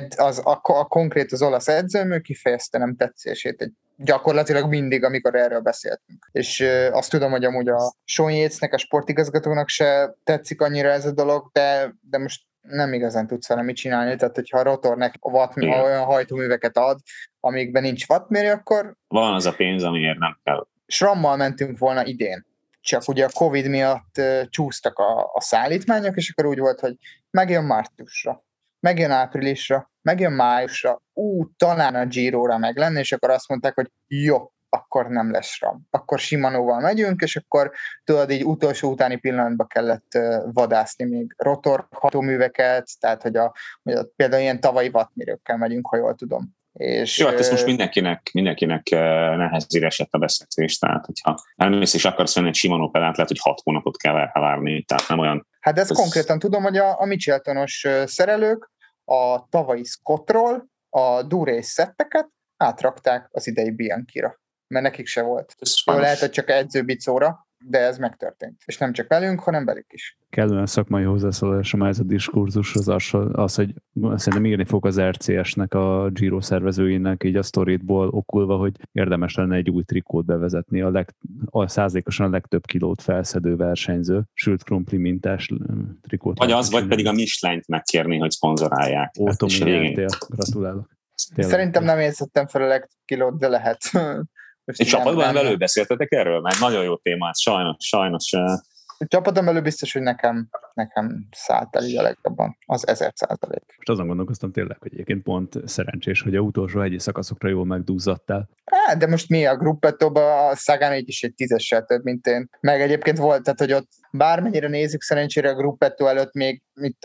konkrét az olasz edzőm, ő kifejezte nem tetszését gyakorlatilag mindig, amikor erről beszéltünk. És azt tudom, hogy amúgy a Sean Yatesnek, a sportigazgatónak se tetszik annyira ez a dolog, de most nem igazán tudsz vele mit csinálni, tehát hogyha a rotornek olyan hajtóműveket ad, amikben nincs wattmérő, akkor... Van az a pénz, amiért nem kell. SRAM-mal mentünk volna idén. Csak ugye a Covid miatt csúsztak a szállítmányok, és akkor úgy volt, hogy megjön márciusra, megjön áprilisra, megjön májusra, talán a Giróra meg lenne, és akkor azt mondták, hogy jó, akkor nem lesz SRAM. Akkor Shimanoval megyünk, és akkor tudod, így utolsó utáni pillanatban kellett vadászni még rotorhatóműveket, tehát hogy például ilyen tavalyi wattmérőkkel megyünk, ha jól tudom. És, jó, hát ez most mindenkinek nehezére esett a beszélés, tehát hogyha elmész és akarsz venni egy Shimano pedált, lehet, hogy 6 hónapot kell várni, tehát nem olyan... Hát ezt konkrétan tudom, hogy a Micheltonos szerelők a tavalyi Scottról a Dura-Ace szetteket átrakták az idei Bianchira, mert nekik se volt. Jó, lehet, hogy csak edzőbicóra, de ez megtörtént. És nem csak velünk, hanem velük is. Kellően szakmai hozzászólásom ez a diskurzushoz az, hogy szerintem írni fog az RCS-nek, a Giro szervezőinek így a sztoritból okulva, hogy érdemes lenne egy új trikót bevezetni, a százalékosan a legtöbb kilót felszedő versenyző, sült krumpli mintás trikót. Vagy az, vagy pedig a Michelin-t megkérni, hogy szponzorálják. Gratulálok. Tényleg. Szerintem nem érzettem fel a legtöbb kilót, de lehet. És csapatban belül beszéltetek erről? Mert nagyon jó téma, sajnos. Csapaton belül biztos, hogy nekem szállt el így a legjobban, az 1000%. Most azon gondolkoztam tényleg, hogy egyébként pont szerencsés, hogy a utolsó hegyi szakaszokra jól megdúzzadtál. De most mi a Gruppettóban, a Sagan így is egy 10-essel több, mint én. Meg egyébként volt, tehát hogy ott bármennyire nézzük, szerencsére a Gruppettó előtt még,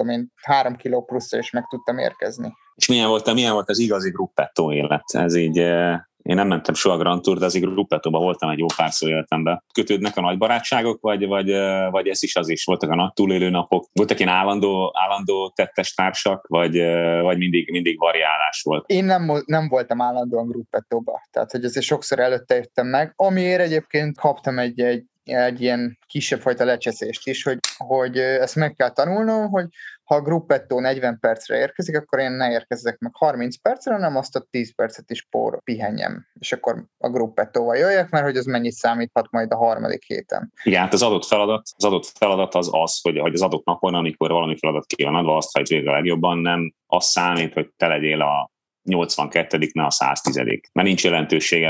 3 kiló pluszra is meg tudtam érkezni. És milyen volt az igazi Gruppettó élet? Ez így... Én nem mentem soha Grand Tour, de azért Gruppettóban voltam egy jó párszor életemben. Kötődnek a nagy barátságok, vagy ez is az is? Voltak a nagy túlélő napok? Voltak ilyen állandó tettes társak, vagy mindig variálás volt? Én nem voltam állandóan Gruppettóban. Tehát, hogy azért sokszor előtte jöttem meg. Amiért egyébként kaptam egy ilyen kisebb fajta lecseszést is, hogy ezt meg kell tanulnom, hogy ha a Gruppettó 40 percre érkezik, akkor én ne érkezzek meg 30 percre, hanem azt a 10 percet is pihenjem. És akkor a Gruppettóval jöjjek, mert hogy az mennyit számíthat majd a harmadik héten. Igen, hát az adott feladat az, hogy az adott napon, amikor valami feladat ki van adva, azt hajtsd végre a legjobban, nem az számít, hogy te legyél a 82., ne a 110. Mert nincs jelentősége,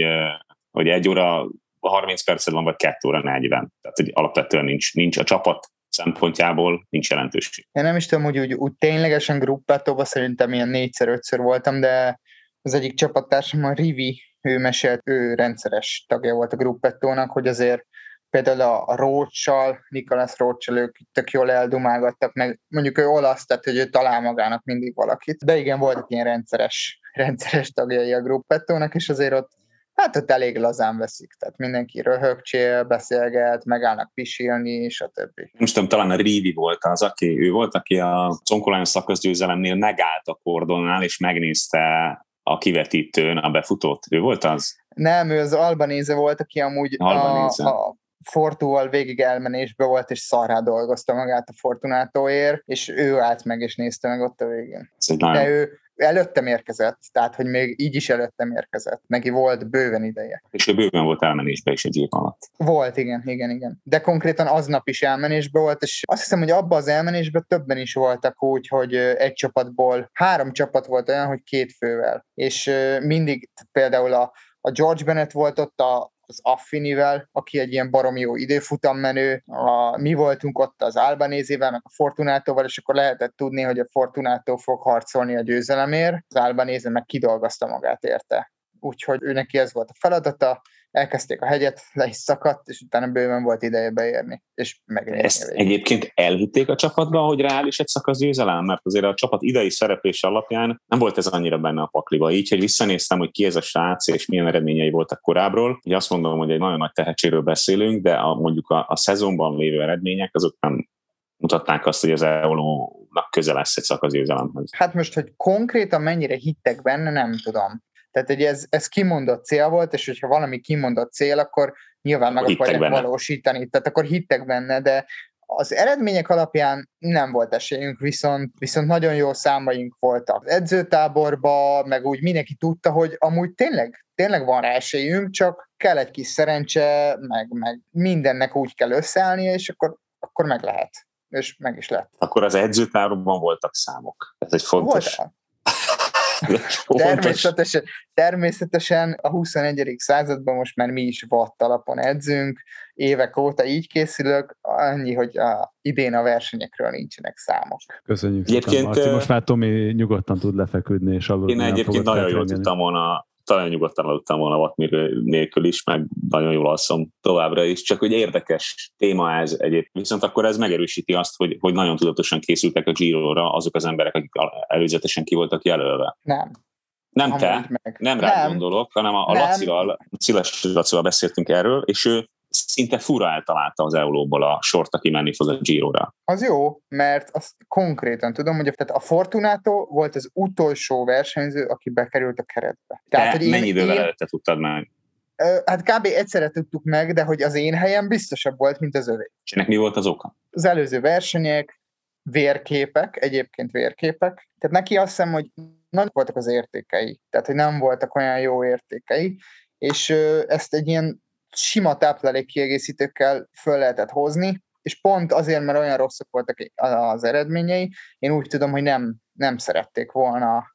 hogy 1 óra 30 percet van, vagy 2 óra 40. Tehát hogy alapvetően nincs a csapat szempontjából nincs jelentőség. Én nem is tudom, hogy úgy ténylegesen Gruppettóban szerintem ilyen 4-5-ször voltam, de az egyik csapattársam, a Rivi, ő mesélt, ő rendszeres tagja volt a Gruppettónak, hogy azért például a Roach-sal, Nicolas Roach-sal ők tök jól eldumálgattak, meg mondjuk ő olasz, tehát hogy ő talál magának mindig valakit. De igen, voltak ilyen rendszeres tagjai a Gruppettónak, és azért ott elég lazán veszik, tehát mindenki röhögcsél, beszélget, megállnak pisilni, stb. Most tudom, talán a Rivi volt aki a Concolagno szakaszgyőzelemnél megállt a kordonnál, és megnézte a kivetítőn a befutót. Ő volt az? Nem, ő az Albanese volt, aki amúgy a Fortúval végig elmenésbe volt, és szarrá dolgozta magát a Fortunatóért, és ő állt meg, és nézte meg ott a végén. De ő előttem érkezett, tehát, hogy még így is előttem érkezett. Neki volt bőven ideje. És ő bőven volt elmenésbe is egy év alatt. Volt, igen. De konkrétan aznap is elmenésbe volt, és azt hiszem, hogy abban az elmenésben többen is voltak úgy, hogy egy csapatból 3 csapat volt olyan, hogy 2 fővel. És mindig például a George Bennett volt ott az Affinivel, aki egy ilyen baromi jó időfutammenő, mi voltunk ott az Albanésével, meg a Fortunatóval, és akkor lehetett tudni, hogy a Fortunátó fog harcolni a győzelemért, az Albanese meg kidolgozta magát érte. Úgyhogy ő neki ez volt a feladata, elkezdték a hegyet, le is szakadt, és utána bőven volt ideje beérni, és megnyerni. Ezt egyébként elhitték a csapatban, hogy reális egy szakaszgyőzelem? Mert azért a csapat idei szereplése alapján nem volt ez annyira benne a pakliba. Így, hogy visszanéztem, hogy ki ez a srác, és milyen eredményei voltak korábbról. Így azt mondom, hogy egy nagyon nagy tehetségről beszélünk, de mondjuk a szezonban lévő eredmények, azok nem mutatnák azt, hogy az EOLO-nak közel lesz egy szakaszgyőzelemhez. Hát most, hogy konkrétan mennyire hittek benne, nem tudom. Tehát, hogy ez kimondott cél volt, és hogyha valami kimondott cél, akkor nyilván meg akarják valósítani. Tehát akkor hittek benne, de az eredmények alapján nem volt esélyünk, viszont nagyon jó számaink voltak. Az edzőtáborban, meg úgy mindenki tudta, hogy amúgy tényleg van rá esélyünk, csak kell egy kis szerencse, meg mindennek úgy kell összeállnia, és akkor meg lehet. És meg is lett. Akkor az edzőtáborban voltak számok. Ez egy fontos... Természetesen a 21. században most már mi is watt alapon edzünk, évek óta így készülök, annyi, hogy idén a versenyekről nincsenek számok. Köszönjük szépen, Marci. Most már Tomi nyugodtan tud lefeküdni és aludni. Én egyébként nagyon jól tudtam volna, talán nyugodtan aludtam volna wattmérő nélkül is, meg nagyon jól alszom továbbra is, csak hogy érdekes téma ez egyébként. Viszont akkor ez megerősíti azt, hogy nagyon tudatosan készültek a Giro-ra azok az emberek, akik előzetesen ki voltak jelölve. Nem te, nem rád gondolok, hanem a Lacival, Lacival beszéltünk erről, és ő szinte fura eltalálta az EOLO-ból a sort, aki menni fog a Giro-ra. Az jó, mert azt konkrétan tudom, hogy a Fortunato volt az utolsó versenyző, aki bekerült a keretbe. Tehát, hogy mennyi idővel előtte tudtad meg? Hát kb. Egyszerre tudtuk meg, de hogy az én helyem biztosabb volt, mint az övé. És ennek mi volt az oka? Az előző versenyek, vérképek, egyébként vérképek. Tehát neki azt hiszem, hogy nagy voltak az értékei. Tehát, hogy nem voltak olyan jó értékei, és ezt egy ilyen sima táplálékkiegészítőkkel föl lehetett hozni, és pont azért, mert olyan rosszak voltak az eredményei, én úgy tudom, hogy nem szerették volna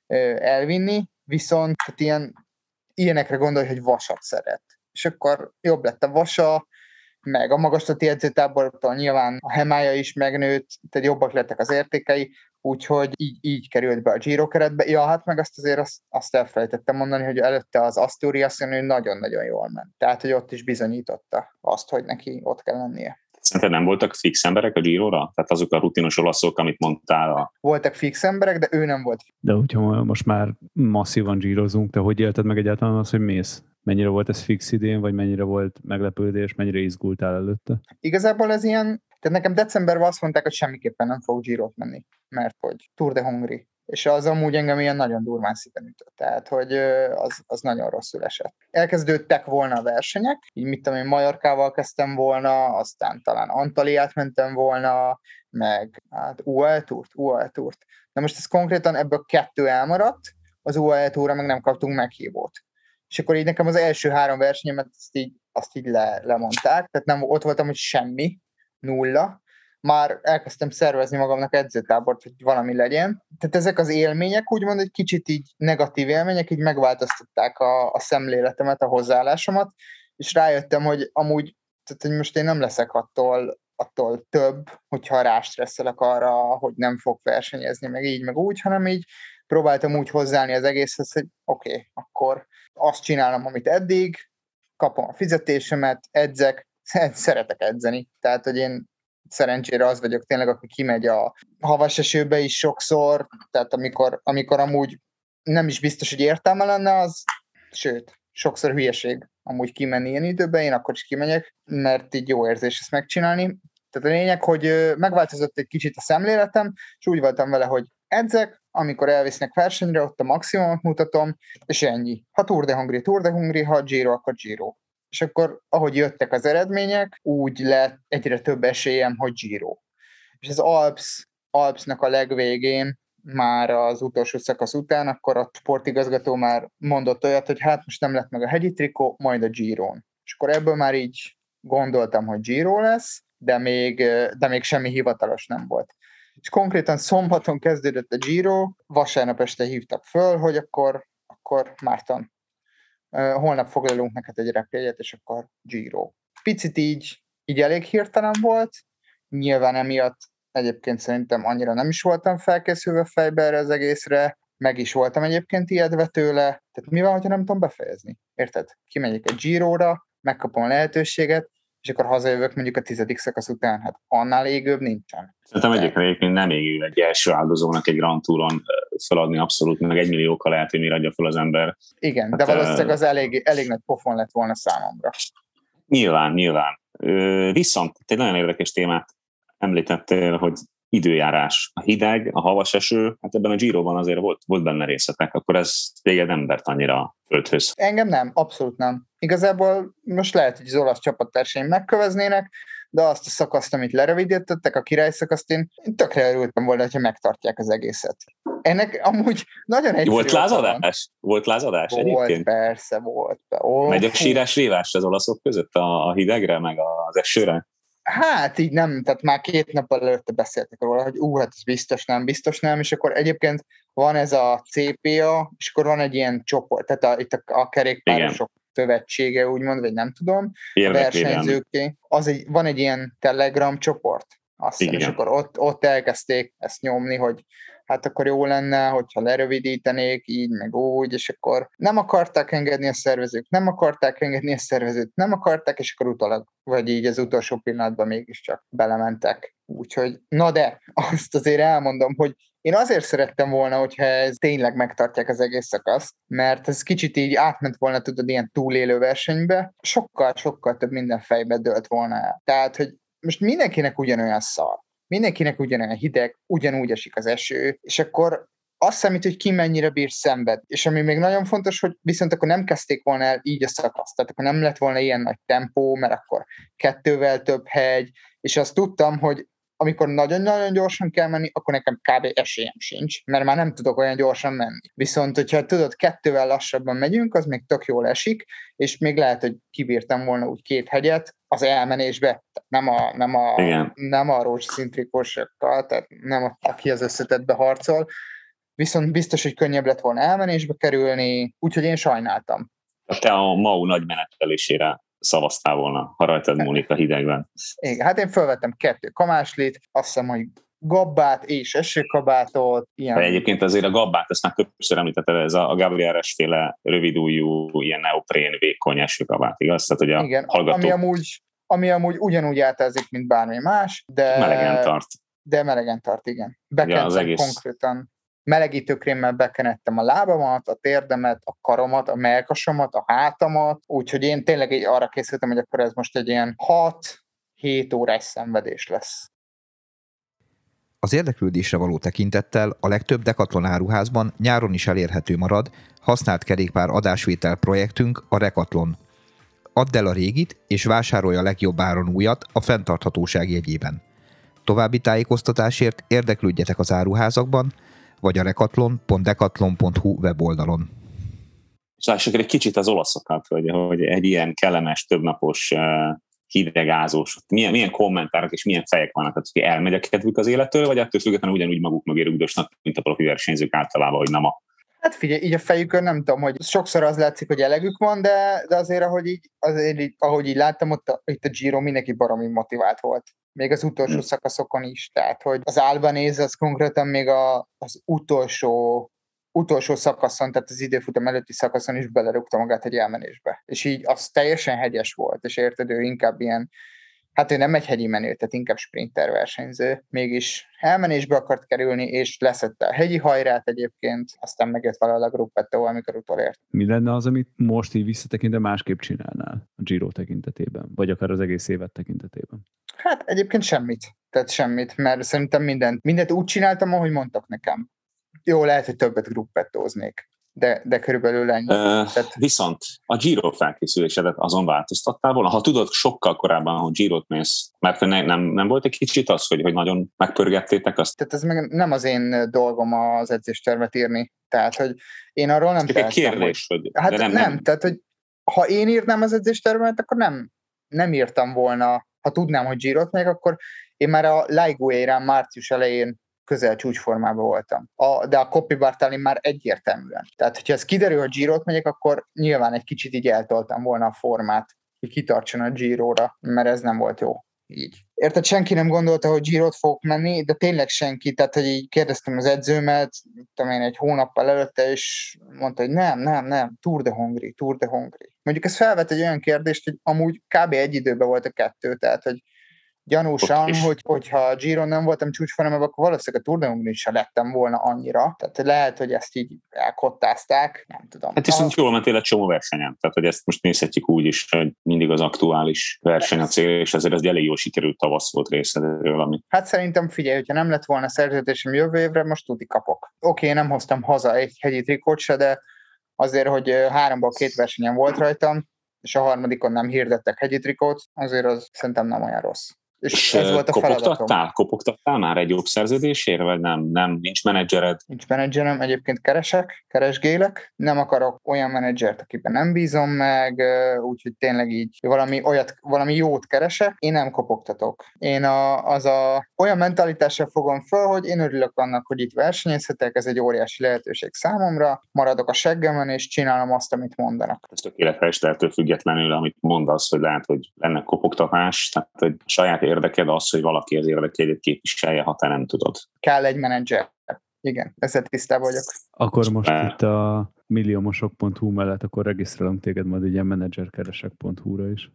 elvinni, viszont hát ilyenekre gondolj, hogy vasat szeret. És akkor jobb lett a vasa, meg a magaslati edzőtábortól nyilván a hemája is megnőtt, tehát jobbak lettek az értékei, úgyhogy így került be a Giro keretbe. Ja, hát meg azt elfelejtettem mondani, hogy előtte az Asturias nagyon-nagyon jól ment. Tehát, hogy ott is bizonyította azt, hogy neki ott kell lennie. Szerinted nem voltak fix emberek a Girora? Tehát azok a rutinos olaszok, amit mondtál? Voltak fix emberek, de ő nem volt. De hogyha most már masszívan gírozunk, te hogy élted meg egyáltalán azt, hogy mész? Mennyire volt ez fix idén, vagy mennyire volt meglepődés, mennyire izgultál előtte? Igazából ez ilyen, tehát nekem decemberben azt mondták, hogy semmiképpen nem fog Girot menni, mert hogy Tour de Hongrie. És az amúgy engem ilyen nagyon durván szíven ütött. Tehát, hogy az nagyon rosszul esett. Elkezdődtek volna a versenyek, így mit tudom én, Majorkával kezdtem volna, aztán talán Antaliát mentem volna, meg hát UAE Tourt. De most ez konkrétan ebből 2 elmaradt, az UAE Tourra meg nem kaptunk meghívót. És akkor így nekem az első 3 versenyemet azt így lemondták, tehát nem, ott voltam, hogy semmi, 0. Már elkezdtem szervezni magamnak edzőtábort, hogy valami legyen. Tehát ezek az élmények, úgymond egy kicsit így negatív élmények, így megváltoztatták a szemléletemet, a hozzáállásomat, és rájöttem, hogy amúgy, tehát hogy most én nem leszek attól több, hogyha rástresszelek arra, hogy nem fog versenyezni, meg így, meg úgy, hanem így próbáltam úgy hozzáállni az egészhez, hogy oké, akkor azt csinálom, amit eddig, kapom a fizetésemet, edzek, szeretek edzeni. Tehát, hogy én szerencsére az vagyok tényleg, aki kimegy a havas esőbe is sokszor, tehát amikor amúgy nem is biztos, hogy értelme lenne az, sőt, sokszor hülyeség amúgy kimenni ilyen időben, én akkor is kimegyek, mert így jó érzés ezt megcsinálni. Tehát a lényeg, hogy megváltozott egy kicsit a szemléletem, és úgy voltam vele, hogy edzek, amikor elvisznek versenyre, ott a maximumot mutatom, és ennyi. Ha Tour de Hongrie, ha Giro, akkor Giro. És akkor, ahogy jöttek az eredmények, úgy lett egyre több esélyem, hogy Giro. És az Alpsnak a legvégén, már az utolsó szakasz után, akkor a sportigazgató már mondott olyat, hogy hát most nem lett meg a hegyi trikó, majd a Giron. És akkor ebből már így gondoltam, hogy Giro lesz, de még semmi hivatalos nem volt. És konkrétan szombaton kezdődött a Giro, vasárnap este hívtak föl, hogy akkor Márton, holnap foglalunk neked egy repjegyet, és akkor Giro. Picit így elég hirtelen volt, nyilván emiatt egyébként szerintem annyira nem is voltam felkészülve fejbe erre az egészre, meg is voltam egyébként ijedve tőle, tehát mi van, hogyha nem tudom befejezni? Érted? Kimegyek egy Girora, megkapom a lehetőséget, és akkor hazajövök mondjuk a 10. szakasz után, hát annál égőbb nincsen. Szerintem egyébként nem égő egy első áldozónak egy Grand Touron feladni abszolút, meg 1 milliókkal lehet, hogy mire adja fel az ember. Igen, hát, de valószínűleg az elég nagy pofon lett volna számomra. Nyilván. Viszont egy nagyon érdekes témát említettél, hogy időjárás. A hideg, a havas eső, hát ebben a Giroban azért volt benne részletek, akkor ez téged nem vert annyira földhöz. Engem nem, abszolút nem. Igazából most lehet, hogy az olasz csapattársaim megköveznének, de azt a szakaszt, amit lerövidítettek, a királyszakaszt, én tökre örültem volna, hogyha megtartják az egészet. Ennek amúgy nagyon egyszerű. Volt lázadás egyébként? Volt, persze, volt. Megy a sírás-rívás az olaszok között a hidegre, meg az esőre? Hát így nem, tehát már 2 nap előtte beszéltek róla, hogy hát ez biztos nem, és akkor egyébként van ez a CPA, és akkor van egy ilyen csoport, tehát itt a kerékpárosok szövetsége, úgymond, vagy nem tudom, a versenyzőké. Van egy ilyen Telegram csoport, azt hiszem, és akkor ott elkezdték ezt nyomni, hogy hát akkor jó lenne, hogyha lerövidítenék, így, meg úgy, és akkor nem akarták engedni a szervezők, nem akarták, és akkor utólag, vagy így az utolsó pillanatban mégiscsak belementek. Úgyhogy, na de, azt azért elmondom, hogy én azért szerettem volna, hogyha ez tényleg megtartják az egész szakaszt, mert ez kicsit így átment volna, tudod, ilyen túlélő versenybe, sokkal több minden fejbe dőlt volna el. Tehát, hogy most mindenkinek ugyanolyan szar. Mindenkinek ugyanolyan hideg, ugyanúgy esik az eső, és akkor azt számít, hogy ki mennyire bír szenved. És ami még nagyon fontos, hogy viszont akkor nem kezdték volna el így a szakaszt, tehát akkor nem lett volna ilyen nagy tempó, mert akkor 2-vel több hegy, és azt tudtam, hogy amikor nagyon-nagyon gyorsan kell menni, akkor nekem kb. Esélyem sincs, mert már nem tudok olyan gyorsan menni. Viszont, hogyha tudod, 2-vel lassabban megyünk, az még tök jól esik, és még lehet, hogy kibírtam volna úgy 2 hegyet az elmenésbe, nem a rózsaszíntrikósokkal, tehát nem aki az összetettbe harcol, viszont biztos, hogy könnyebb lett volna elmenésbe kerülni, úgyhogy én sajnáltam. Te a MAU nagy menetelésére szavaztál volna, ha rajtad múlik a hidegben. Igen, hát én felvettem 2 kamáslit, azt hiszem, hogy gabbát és esőkabátot. Ilyen... Egyébként azért a gabbát, ezt már többször említetted, ez a Gabriel-féle rövidújú, ilyen neoprén vékony esőkabát, igaz? Tehát, hogy a igen, hallgató... ami amúgy ugyanúgy átázik, mint bármi más, de... Melegen tart. De melegen tart, igen. Bekentem egész... konkrétan. Melegítőkrémmel bekenettem a lábamat, a térdemet, a karomat, a mellkasomat, a hátamat, úgyhogy én tényleg így arra készültem, hogy akkor ez most egy ilyen 6-7 órás szenvedés lesz. Az érdeklődésre való tekintettel a legtöbb Decathlon áruházban nyáron is elérhető marad használt kerékpár adásvétel projektünk, a Recathlon. Add el a régit, és vásárolj a legjobb áron újat a fenntarthatóság jegyében. További tájékoztatásért érdeklődjetek az áruházakban, vagy a recathlon.decathlon.hu weboldalon. És lássuk egy kicsit az olaszokat, hogy egy ilyen kellemes, többnapos, hidegázós, milyen kommentárok és milyen fejek vannak, tehát hogy elmegy a kedvük az élettől, vagy ettől függetlenül ugyanúgy maguk mögé rugdosnak, mint a profi versenyzők általában, hogy nem a... Hát figyelj, így a fejükön nem tudom, hogy sokszor az látszik, hogy elegük van, de azért, ahogy így láttam, itt a Giro mindenki baromi motivált volt. Még az utolsó szakaszokon is. Tehát, hogy az Albanese az konkrétan még az utolsó szakaszon, tehát az időfutam előtti szakaszon is belerúgta magát egy elmenésbe. És így az teljesen hegyes volt, és érted, ő inkább ilyen, hát ő nem egy hegyi menő, tehát inkább sprinter versenyző. Mégis elmenésbe akart kerülni, és leszette a hegyi hajrát egyébként, aztán megjött vele a Gruppetto, amikor utolért. Mi lenne az, amit most így visszatekintve másképp csinálnál a Giro tekintetében, vagy akár az egész évet tekintetében? Hát egyébként semmit. Tehát semmit, mert szerintem mindent úgy csináltam, ahogy mondtak nekem. Jó, lehet, hogy többet gruppettóznék, de körülbelül ennyi. Viszont a Giro felkészülésedet azon változtattál volna? Ha tudod sokkal korábban, hogy Girot mész, mert nem volt egy kicsit az, hogy nagyon megpörgettétek azt? Tehát ez meg nem az én dolgom az edzéstervet írni. Tehát, hogy én arról nem tehettem. Egy kérdés, hogy... Hát nem, tehát, hogy ha én írnám az edzéstervet, akkor nem írtam volna. Ha tudnám, hogy Girot megyek, akkor én már a Laiguérán március elején közel csúcsformában voltam. De a Coppi Bartali már egyértelműen. Tehát, hogyha ez kiderül, hogy Girot megyek, akkor nyilván egy kicsit így eltoltam volna a formát, hogy kitartson a Giróra, mert ez nem volt jó. Így. Érted, senki nem gondolta, hogy Girot fogok menni, de tényleg senki, tehát, hogy így kérdeztem az edzőmet, tudom én, egy hónappal előtte, és mondta, hogy nem, Tour de Hongrie. Mondjuk ez felvet egy olyan kérdést, hogy amúgy kb. Egy időben volt a 2, tehát, hogy gyanúsan, hogyha Giron nem voltam csúcsformában, akkor valószínűleg a Tour de Hongrie se lettem volna annyira. Tehát lehet, hogy ezt így elkottázták, nem tudom. Hát viszont jól mentél egy csomó versenyen. Tehát, hogy ezt most nézhetjük úgy is, hogy mindig az aktuális verseny a cél, és ezért ez elég jól sikerült, tavasz volt részedről. Ami... Hát szerintem figyelj, hogyha nem lett volna szerződésem jövő évre, most tuti kapok. Oké, nem hoztam haza egy hegyi trikót se, de azért, hogy 3-ból 2 versenyen volt rajtam, és a harmadikon nem hirdettek hegyi trikót, azért az szerintem nem olyan rossz. És ez volt a feladatom. Kopogtattál már egy jobb szerződésért, vagy nem? Nincs menedzsered? Nincs menedzserem, egyébként keresgélek. Nem akarok olyan menedzsert, akiben nem bízom meg, úgyhogy tényleg így valami jót keresek. Én nem kopogtatok. Én olyan mentalitással fogom föl, hogy én örülök annak, hogy itt versenyezhetek, ez egy óriási lehetőség számomra, maradok a seggemen, és csinálom azt, amit mondanak. Ez tökéletes, de ettől függetlenül, amit mondasz, hogy lehet, hogy lenne kopogtatás, tehát hogy saját érdeked az, hogy valaki az érdekeit képviselje, ha te nem tudod. Kell egy menedzser. Igen, ezzel tisztában vagyok. Akkor most itt a milliómosok.hu mellett akkor regisztrálunk téged majd egy ilyen menedzserkeresek.hu-ra is.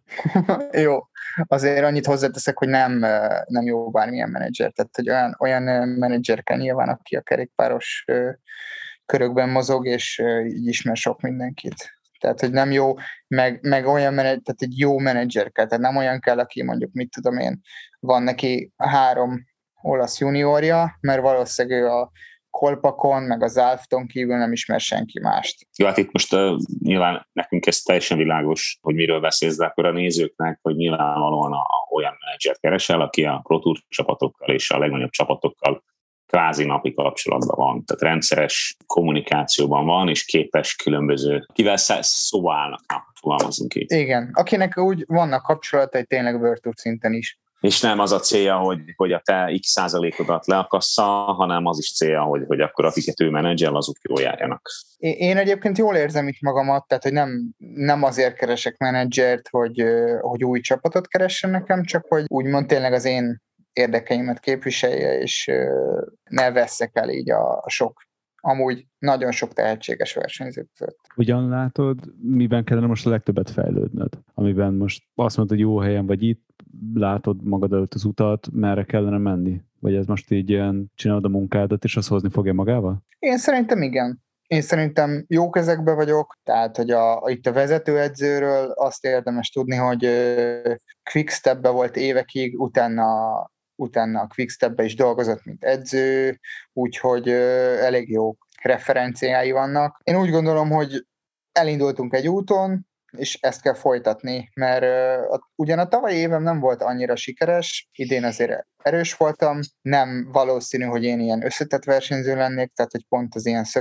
Jó, azért annyit hozzáteszek, hogy nem jó bármilyen menedzser, tehát hogy olyan menedzser kell nyilván, aki a kerékpáros körökben mozog, és így ismer sok mindenkit. Tehát, hogy nem jó, meg olyan menedzser, tehát egy jó menedzser kell, tehát nem olyan kell, aki mondjuk, mit tudom én, van neki 3 olasz juniorja, mert valószínűleg ő Kolpakon, meg az Alfton kívül nem ismer senki mást. Jó, hát itt most nyilván nekünk ez teljesen világos, hogy miről beszélsz, de akkor a nézőknek, hogy nyilvánvalóan olyan menedzsert keresel, aki a Pro Tour csapatokkal és a legnagyobb csapatokkal kvázi napi kapcsolatban van, tehát rendszeres kommunikációban van, és képes különböző, kivel szóba állnak, fogalmazunk így. Igen, akinek úgy vannak kapcsolatai tényleg World Tour szinten is. És nem az a célja, hogy a te x százalékodat leakassza, hanem az is célja, hogy akkor akiket ő menedzsel, azok jól járjanak. Én egyébként jól érzem itt magamat, tehát hogy nem azért keresek menedzsert, hogy új csapatot keressen nekem, csak hogy úgymond tényleg az én érdekeimet képviselje, és ne vesszek el így a sok, amúgy nagyon sok tehetséges versenyző között. Ugyan látod, miben kellene most a legtöbbet fejlődnöd? Amiben most azt mondod, hogy jó helyen vagy itt, látod magad előtt az utat, merre kellene menni? Vagy ez most így ilyen csinálod a munkádat, és az hozni fogja magával? Én szerintem igen. Én szerintem jó kezekbe vagyok, tehát hogy itt a vezetőedzőről azt érdemes tudni, hogy Quickstepbe volt évekig, utána a Quickstepbe is dolgozott, mint edző, úgyhogy elég jó referenciái vannak. Én úgy gondolom, hogy elindultunk egy úton, és ezt kell folytatni, mert ugyan a tavalyi évem nem volt annyira sikeres, idén azért erős voltam, nem valószínű, hogy én ilyen összetett versenyző lennék, tehát hogy pont az ilyen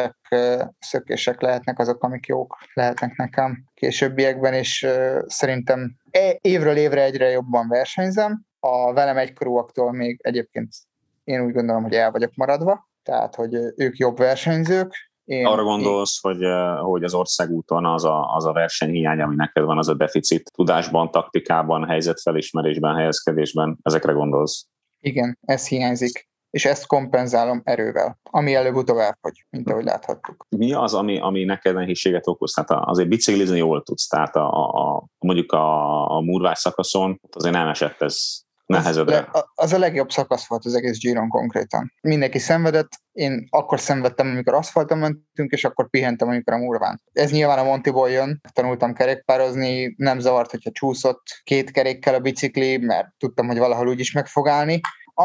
szökések lehetnek azok, amik jók lehetnek nekem későbbiekben, és szerintem évről évre egyre jobban versenyzem. A velem egykorúaktól még egyébként én úgy gondolom, hogy el vagyok maradva, tehát hogy ők jobb versenyzők. Arra gondolsz, hogy az országúton az a versenyhiány, ami neked van, az a deficit tudásban, taktikában, helyzetfelismerésben, helyezkedésben, ezekre gondolsz? Igen, ez hiányzik, és ezt kompenzálom erővel, ami előbb-utóbb elfogy, mint ahogy láthattuk. Mi az, ami neked nehézséget okoz? Tehát azért biciklizni jól tudsz, tehát mondjuk a Murvás szakaszon azért nem esett ez nehezedre. Az a legjobb szakasz volt az egész Giron konkrétan. Mindenki szenvedett, én akkor szenvedtem, amikor aszfalton mentünk, és akkor pihentem, amikor a Murván. Ez nyilván a Montiból jön, tanultam kerékpározni, nem zavart, hogyha csúszott 2 kerékkel a bicikli, mert tudtam, hogy valahol úgyis meg fog állni.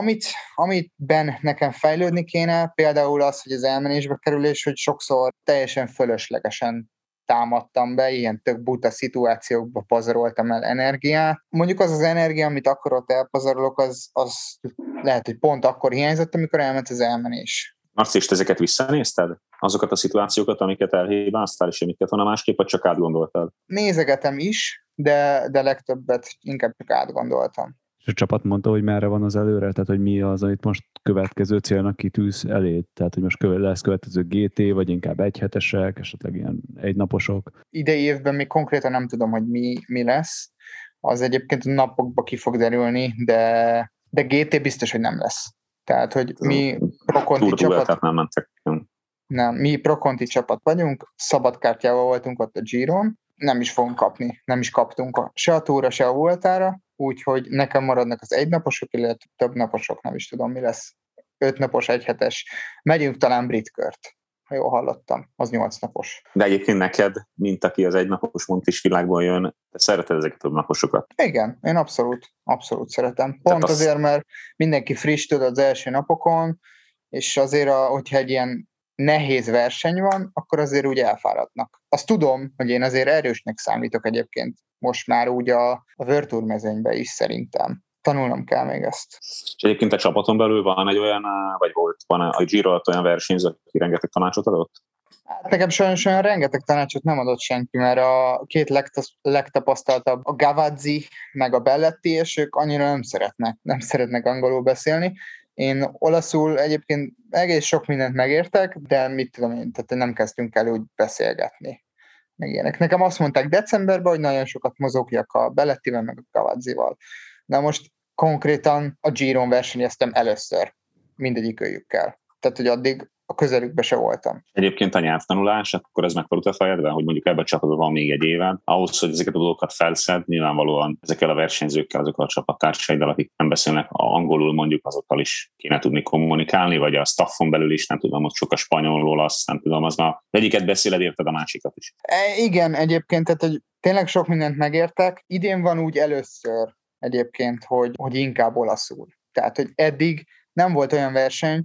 Amitben nekem fejlődni kéne, például az, hogy az elmenésbe kerülés, hogy sokszor teljesen fölöslegesen támadtam be, ilyen tök buta szituációkba pazaroltam el energiát. Mondjuk az energia, amit akkor ott elpazarolok, az lehet, hogy pont akkor hiányzott, amikor elment az elmenés. Marci, és ezeket visszanézted? Azokat a szituációkat, amiket elhibáztál, és amiket volna másképp, vagy csak átgondoltad? Nézegetem is, de legtöbbet inkább csak átgondoltam. És a csapat mondta, hogy merre van az előre? Tehát, hogy mi az, amit most következő célnak kitűz elé? Tehát, hogy most lesz következő GT, vagy inkább egyhetesek, esetleg ilyen egynaposok? Idei évben még konkrétan nem tudom, hogy mi lesz. Az egyébként a napokban ki fog derülni, de GT biztos, hogy nem lesz. Tehát, hogy mi pro-conti csapat... nem mentek. Nem, mi pro-conti csapat vagyunk, szabadkártyával voltunk ott a Giron, nem is fogunk kapni, nem is kaptunk se a túra, se a Vueltára, úgyhogy nekem maradnak az egynaposok, illetve több naposok, nem is tudom, mi lesz. 5 napos, 1 hetes. Megyünk talán brit kört, ha jól hallottam, az 8 napos. De egyébként neked, mint aki az egynapos montis világból jön, te szereted ezeket a naposokat? Igen, én abszolút szeretem. Pont azért, mert mindenki friss tud az első napokon, és azért, hogyha egy ilyen nehéz verseny van, akkor azért úgy elfáradnak. Azt tudom, hogy én azért erősnek számítok egyébként most már úgy a World Tour mezőnyben is szerintem. Tanulnom kell még ezt. És egyébként a csapaton belül van egy olyan, vagy van a Giro alatt olyan versenyző, aki rengeteg tanácsot adott? Hát nekem sajnos olyan rengeteg tanácsot nem adott senki, mert a 2 legtapasztaltabb, a Gavazzi meg a Belletti, és ők annyira nem szeretnek angolul beszélni. Én olaszul egyébként egész sok mindent megértek, de mit tudom én, tehát nem kezdtünk el úgy beszélgetni. Meg ilyenek. Nekem azt mondták decemberben, hogy nagyon sokat mozogjak a Bellettivel, meg a Gavazzival. Na most konkrétan a Giron versenyeztem először mindegyik őjükkel. Tehát, hogy addig a közelükbe se voltam. Egyébként a nyelvtanulás, akkor ez megfordult a fejedben, hogy mondjuk ebben a csapatban van még egy éven. Ahhoz, hogy ezeket a dolgokat felszed, nyilvánvalóan ezekkel a versenyzőkkel, azokkal a csapattársaidal, akik nem beszélnek angolul, mondjuk azokkal is kéne tudni kommunikálni, vagy a staffon belül is, nem tudom, ott sok a spanyol, olasz, nem tudom, az már egyiket beszéled, érted a másikat is. Igen, egyébként, tehát, hogy tényleg sok mindent megértek. Idén van úgy először egyébként, hogy inkább olaszul. Tehát, hogy eddig nem volt olyan verseny,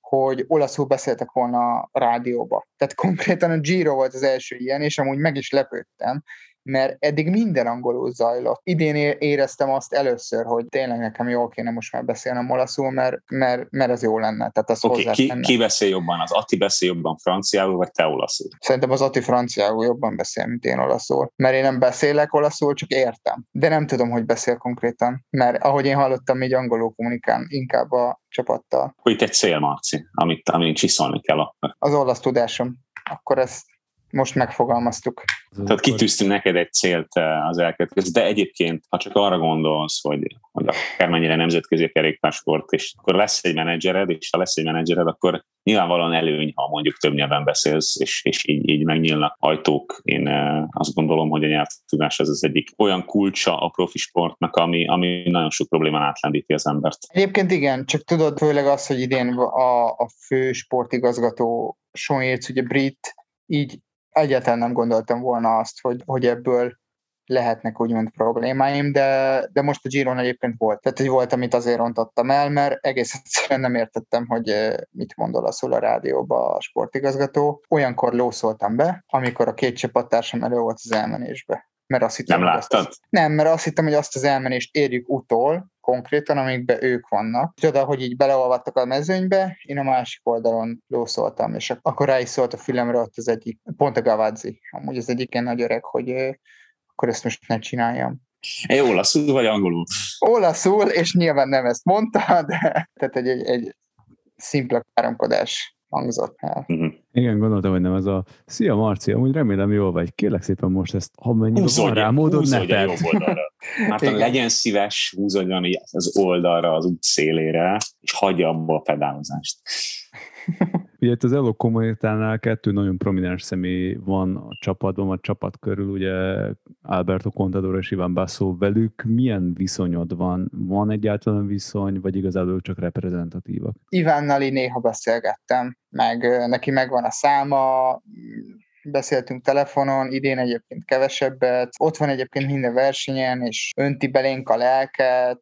hogy olaszul beszéltek volna a rádióba. Tehát konkrétan a Giro volt az első ilyen, és amúgy meg is lepődtem, mert eddig minden angolul zajlott. Idén éreztem azt először, hogy tényleg nekem jól kéne most már beszélnem olaszul, mert az jó lenne. Tehát az ki beszél jobban? Az Atti beszél jobban franciául, vagy te olaszul? Szerintem az Atti franciául jobban beszél, mint én olaszul. Mert én nem beszélek olaszul, csak értem. De nem tudom, hogy beszél konkrétan. Mert ahogy én hallottam, így angolul kommunikál inkább a csapattal. Hogy itt egy cél, Marci, amit csiszolni kell akkor. Az olasz tudásom. Akkor ezt most megfogalmaztuk. Tehát kitűztünk neked egy célt az elkövetkező, de egyébként, ha csak arra gondolsz, hogy akármennyire nemzetközi a kerékpársport, és akkor lesz egy menedzsered, és ha lesz egy menedzsered, akkor nyilvánvalóan előny, ha mondjuk több nyelven beszélsz, és így megnyílnak ajtók. Én azt gondolom, hogy a nyelvtudás az egyik olyan kulcsa a profi sportnak, ami nagyon sok problémán átlendíti az embert. Egyébként igen, csak tudod, főleg az, hogy idén a fő sportigazgató Sean Yates, ugye brit, így egyáltalán nem gondoltam volna azt, hogy ebből lehetnek úgymond problémáim, de most a Giron egyébként volt. Tehát hogy volt, amit azért rontottam el, mert egész egyszerűen nem értettem, hogy mit mond olaszul a rádióba a sportigazgató. Olyankor lószoltam be, amikor a két csapattársam elő volt az elmenésbe. Mert azt hittem, nem láttad? Mert azt hittem, hogy azt az elmenést érjük utol, konkrétan, amikben ők vannak. És oda, hogy így beleolvadtak a mezőnybe, én a másik oldalon lószoltam, és akkor rá is szólt a fülemre ott az egyik, pont a Gavazzi, amúgy az egyik ilyen nagy öreg, hogy akkor ezt most ne csináljam. Olaszul vagy angolul? Olaszul, és nyilván nem ezt mondta, de tehát egy szimpla káromkodás hangzott el. Uh-huh. Igen, gondoltam, hogy nem ez a szia Marci, amúgy remélem jól vagy. Kérlek szépen most ezt, ha mennyiben van rá módod, ne tedd. Márton, legyen szíves, húzódjon az oldalra, az út szélére, és hagyja abba a pedálozást. Ugye itt az Elo kommunitánál 2 nagyon prominens személy van a csapatban, a csapat körül, ugye Alberto Contador és Ivan Basso, velük milyen viszonyod van? Van egyáltalán viszony, vagy igazából csak reprezentatívak? Ivánnal néha beszélgettem, meg neki megvan a száma, beszéltünk telefonon, idén egyébként kevesebbet, ott van egyébként minden versenyen, és önti belénk a lelket,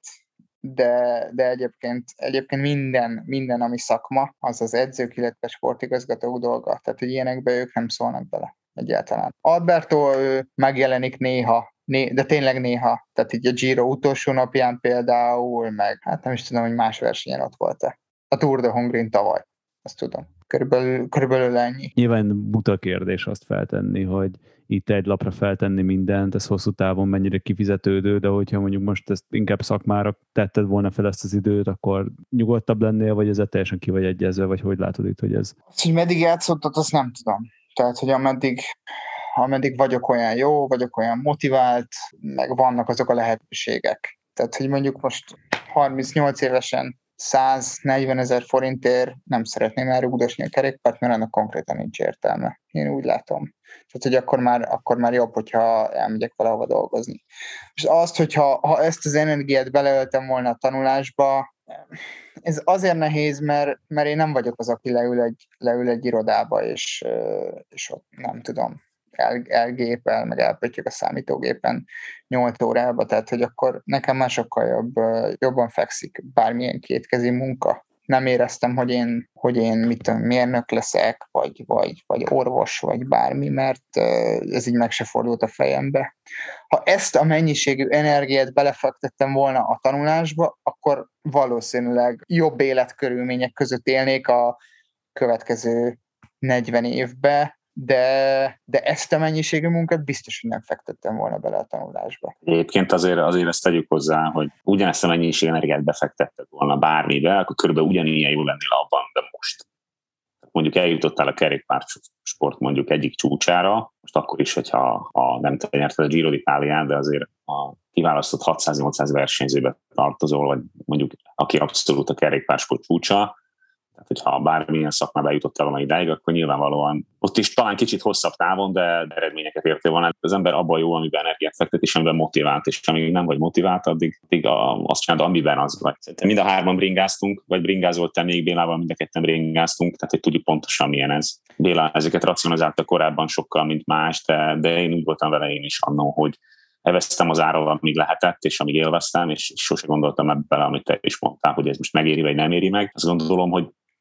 de egyébként minden, ami szakma, az az edzők, illetve sportigazgatók dolga. Tehát, hogy ilyenekbe ők nem szólnak bele egyáltalán. Alberto megjelenik néha, de tényleg néha. Tehát így a Giro utolsó napján például, meg hát nem is tudom, hogy más versenyen ott volt-e. A Tour de Hongrin tavaly, azt tudom. Körülbelül ennyi. Nyilván buta kérdés azt feltenni, hogy itt egy lapra feltenni mindent, ez hosszú távon mennyire kifizetődő, de hogyha mondjuk most ezt inkább szakmára tetted volna fel ezt az időt, akkor nyugodtabb lennél, vagy ezzel teljesen ki vagy egyezve, vagy hogy látod itt, hogy ez? Azt, hogy meddig játszottad, azt nem tudom. Tehát, hogy ameddig vagyok olyan jó, vagyok olyan motivált, meg vannak azok a lehetőségek. Tehát, hogy mondjuk most 38 évesen 140 000 forintért nem szeretném elrugdosni a kerékpárt, mert annak konkrétan nincs értelme. Én úgy látom. Tehát, hogy akkor már jobb, hogyha elmegyek valahova dolgozni. És azt, hogyha ezt az energiát beleöltem volna a tanulásba, ez azért nehéz, mert én nem vagyok az, aki leül egy irodába, és ott nem tudom, elgépel, meg elpöttyög a számítógépen 8 órába, tehát hogy akkor nekem már sokkal jobban fekszik bármilyen kétkezi munka. Nem éreztem, hogy én mit tudom, mérnök leszek, vagy orvos, vagy bármi, mert ez így meg se fordult a fejembe. Ha ezt a mennyiségű energiát belefektettem volna a tanulásba, akkor valószínűleg jobb életkörülmények között élnék a következő 40 évbe, de ezt a mennyiségű munkát biztos, hogy nem fektettem volna bele a tanulásba. Egyébként azért ezt tegyük hozzá, hogy ugyanezt a mennyiségű energiát befektetted volna bármibe, akkor körülbelül ugyanilyen jó lennél abban, de most. Mondjuk eljutottál a kerékpársport mondjuk egyik csúcsára, most akkor is, hogyha nem te nyerted a Giro d'Italiát, de azért a kiválasztott 600-800 versenyzőbe tartozol, vagy mondjuk aki abszolút a kerékpársport csúcsa, tehát, hogyha bármilyen szakmába jutottál volna idáig, akkor nyilvánvalóan ott is talán kicsit hosszabb távon, de eredményeket értél volna. Az ember abban jó, amiben energiát fektet, és amiben motivált, és amíg nem vagy motivált, addig azt csinálod, amiben az vagy. Szerintem mind a 3-an bringáztunk, vagy bringázolt te még Bélával, mind a 2-en bringáztunk, tehát hogy tudjuk pontosan milyen ez. Béla ezeket racionalizálta korábban sokkal, mint más, de én úgy voltam vele én is annó, hogy elvesztem az árral, amíg lehetett, és amíg élveztem, és sose gondoltam ebbe bele, amit te is mondtál, hogy ez most megéri, vagy nem éri meg. Azt gondolom, hogy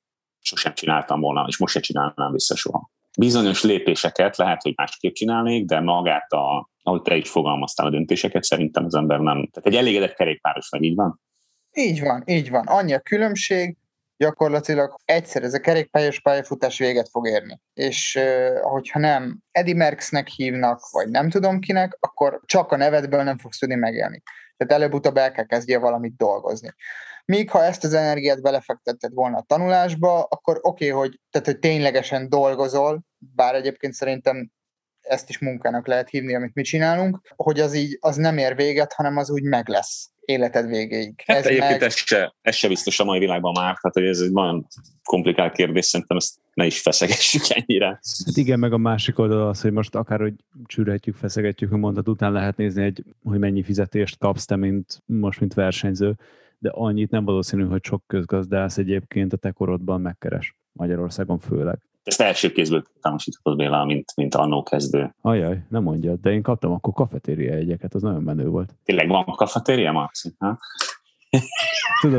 sosem csináltam volna, és most se csinálnám vissza soha. Bizonyos lépéseket lehet, hogy másképp csinálnék, de magát, ahogy te is fogalmaztál a döntéseket, szerintem az ember nem. Tehát egy elégedett kerékpáros vagy, így van? Így van. Annyi a különbség, gyakorlatilag egyszer ez a kerékpályás pályafutás véget fog érni. És hogyha nem Eddie Merckxnek hívnak, vagy nem tudom kinek, akkor csak a nevedből nem fogsz tudni megélni. Tehát előbb-utóbb el kell kezdje valamit dolgozni. Míg ha ezt az energiát belefektetted volna a tanulásba, akkor oké, hogy ténylegesen dolgozol, bár egyébként szerintem ezt is munkának lehet hívni, amit mi csinálunk, hogy az nem ér véget, hanem az úgy meg lesz életed végéig. Hát egyébként ez se biztos a mai világban már, tehát hogy ez egy nagyon komplikált kérdés, szerintem ezt ne is feszegessük ennyire. Hát igen, meg a másik oldal az, hogy most akár, hogy csürhetjük, feszegetjük, hogy mondat után lehet nézni, hogy mennyi fizetést kapsz te, mint versenyző, de annyit nem valószínű, hogy sok közgazdász egyébként a te korodban megkeres. Magyarországon főleg. Ezt első kézből tanúsíthatod, Béla, mint annó kezdő. Ajaj, nem mondjad, de én kaptam akkor kafetéria jegyeket, az nagyon menő volt. Tényleg van kafetéria, Marci? Tudod,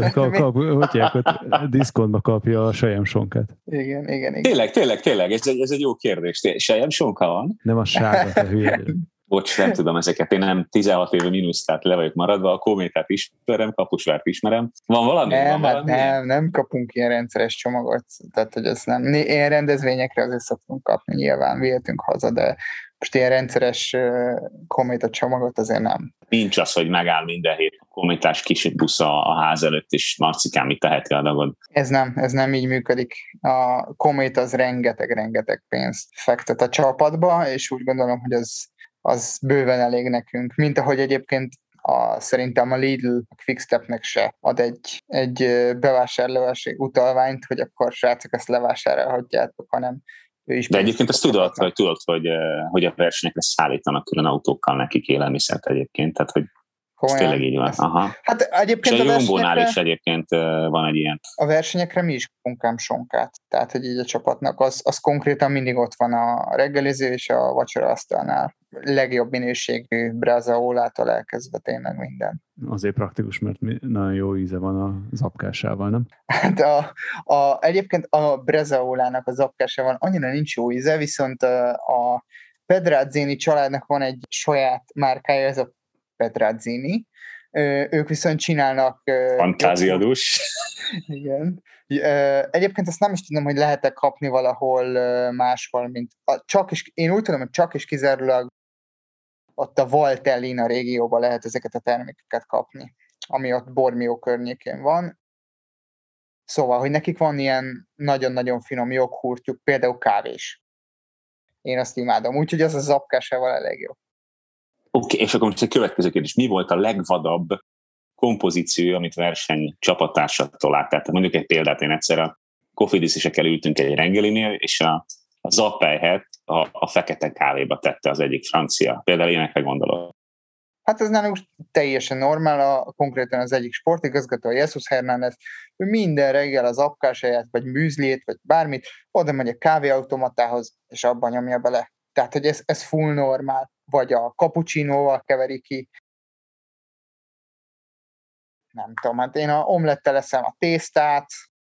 hogy diszkontba kapja a selyemsonkát. Igen. Tényleg, ez egy jó kérdés. Selyemsonka van? Nem a sárga, te hülye. Bocs, nem tudom ezeket. Én nem 16 éve mínusz, tehát le vagyok maradva. A Kométát ismerem, Kaposvárt ismerem. Van valami? Nem kapunk ilyen rendszeres csomagot. Tehát, hogy ez nem. Ilyen rendezvényekre azért szoktunk kapni, nyilván vihetünk haza, de most ilyen rendszeres Kométa csomagot azért nem. Nincs az, hogy megáll minden hét a Kométás kis busz a ház előtt, és Marcikám, mit teheti a dagod? Ez nem így működik. A Kométa az rengeteg pénzt fektet a csapatba, és úgy gondolom, hogy az bőven elég nekünk. Mint ahogy egyébként szerintem a Lidl, a Quickstepnek se ad egy bevásárlási utalványt, hogy akkor srácok ezt levásárolhatjátok, hanem ő is. De egyébként azt tudod, hogy a versenyekre szállítanak külön autókkal nekik élelmiszert egyébként, tehát hogy ez tényleg így van. Aha. Hát egyébként és a Jombónál is egyébként van egy ilyen. A versenyekre mi is kapunk sonkát. Tehát, hogy így a csapatnak az konkrétan mindig ott van a reggeliző és a vacsoraasztalnál. Legjobb minőségű Brazaolától elkezdve tényleg minden. Azért praktikus, mert nagyon jó íze van a zapkásával, nem? Hát egyébként a Brazaolának a zapkásával annyira nincs jó íze, viszont a Pedrazzini családnak van egy saját márkája, ez a Pedrazzini. Ők viszont csinálnak... Fantáziadús. Igen. Egyébként azt nem is tudom, hogy lehet-e kapni valahol máshol, mint én úgy tudom, hogy csak és kizárólag ott a Valtellina régióban lehet ezeket a termékeket kapni, ami ott Bormio környékén van. Szóval, hogy nekik van ilyen nagyon-nagyon finom joghurtjuk, például kávés. Én azt imádom, úgyhogy az a zapkásával elég jó. Oké, és akkor most a következő kérdés. Mi volt a legvadabb kompozíció, amit verseny csapattársattól láttál? Mondjuk egy példát, én egyszer a Cofidis-esekkel ültünk egy reggelinél, és a zappelyhet a fekete kávéba tette az egyik francia. Például ilyenekre gondolok. Hát ez nálunk teljesen normál, konkrétan az egyik sportigazgató, a Jesus Hernández, ő minden reggel az apkásaját, vagy műzlét, vagy bármit, oda megy a kávéautomatához, és abban nyomja bele. Tehát, hogy ez full normál. Vagy a cappuccinóval keveri ki. Nem tudom, hát én a omlettel leszem a tésztát.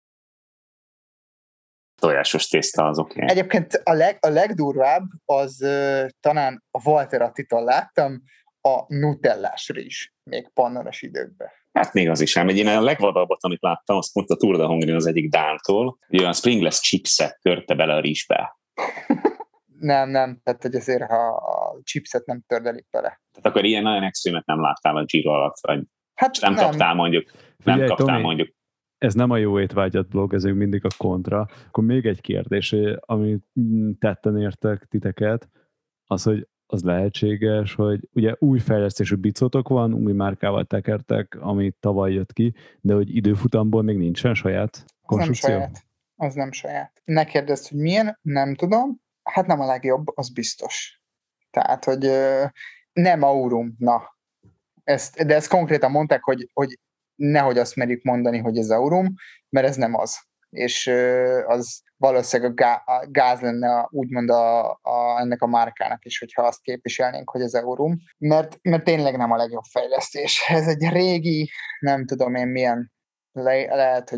Tojásos tészta az oké. Egyébként a legdurvább az talán a Walter Attitól láttam, a nutellás rizs, még pannonos időkben. Hát még az is ám. Én a legvadabbat, amit láttam, azt mondta Tour de Hongrie az egyik dántól, hogy olyan springless chipset törte bele a rizsbe. Nem, tehát hogy azért, ha a chipset nem tördelik bele. Tehát akkor ilyen nagyon extrémet nem láttál a Giro alatt, vagy hát nem kaptál mondjuk. Figyelj, nem kaptál Tomi, mondjuk. Ez nem a jó étvágyat blog, ez mindig a kontra. Akkor még egy kérdés, amit tetten értek titeket, az, hogy az lehetséges, hogy ugye új fejlesztésű bicotok van, új márkával tekertek, ami tavaly jött ki, de hogy időfutamból még nincsen saját konstrukció? Az nem saját. Ne kérdezz, hogy milyen, nem tudom. Hát nem a legjobb, az biztos. Tehát, hogy nem Aurum, na. De ezt konkrétan mondták, hogy nehogy azt merjük mondani, hogy ez Aurum, mert ez nem az. És az valószínűleg a gáz lenne úgymond ennek a márkának is, hogyha azt képviselnénk, hogy ez Aurum. Mert tényleg nem a legjobb fejlesztés. Ez egy régi, nem tudom én milyen, lehet, hogy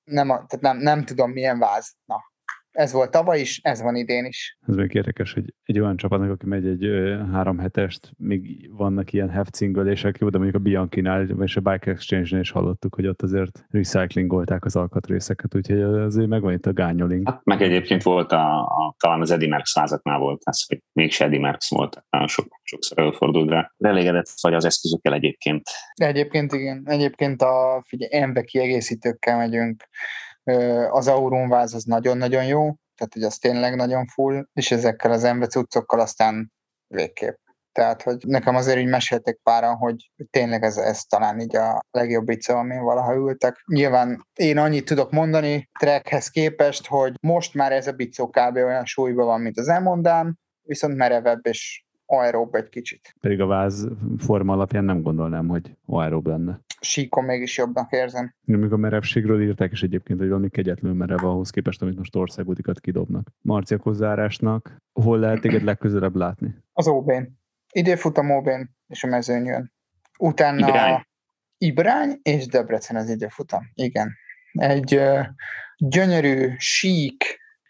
nem tudom milyen váz. Na, ez volt tavaly is, ez van idén is. Ez még érdekes, hogy egy olyan csapatnak, aki megy egy 3 hetest, még vannak ilyen heft-cingölések, jó, de mondjuk a Bianchi-nál és a Bike Exchange-nél is hallottuk, hogy ott azért recyclingolták az alkatrészeket, úgyhogy azért megvan itt a gányoling. Hát meg egyébként volt talán az Eddy Merckx vázaknál volt ez, hogy mégse Eddy Merckx volt, nagyon sokszor előfordult rá. De elégedett vagy az eszközökkel egyébként. Egyébként igen. Egyébként MV kiegészítőkkel megyünk. Az Auron váz az nagyon-nagyon jó, tehát hogy az tényleg nagyon full, és ezekkel az MV cuccokkal aztán végképp. Tehát, hogy nekem azért így meséltek páran, hogy tényleg ez talán így a legjobb bica, amin valaha ültek. Nyilván én annyit tudok mondani Trekhez képest, hogy most már ez a bicó kb. Olyan súlyban van, mint az Elmondám, viszont merevebb és aeróbb egy kicsit. Pedig a váz forma alapján nem gondolnám, hogy aeróbb lenne. Síkon mégis jobbnak érzem. Még a merevségről írták is egyébként, hogy valami kegyetlenül merev ahhoz képest, amit most országútikat kidobnak. Marci, akkor zárásnak hol lehet téged legközelebb látni? Az OB-n. Időfutam OB-n és a mezőnyön. Utána Ibrány és Debrecen az időfutam. Igen. Egy gyönyörű, sík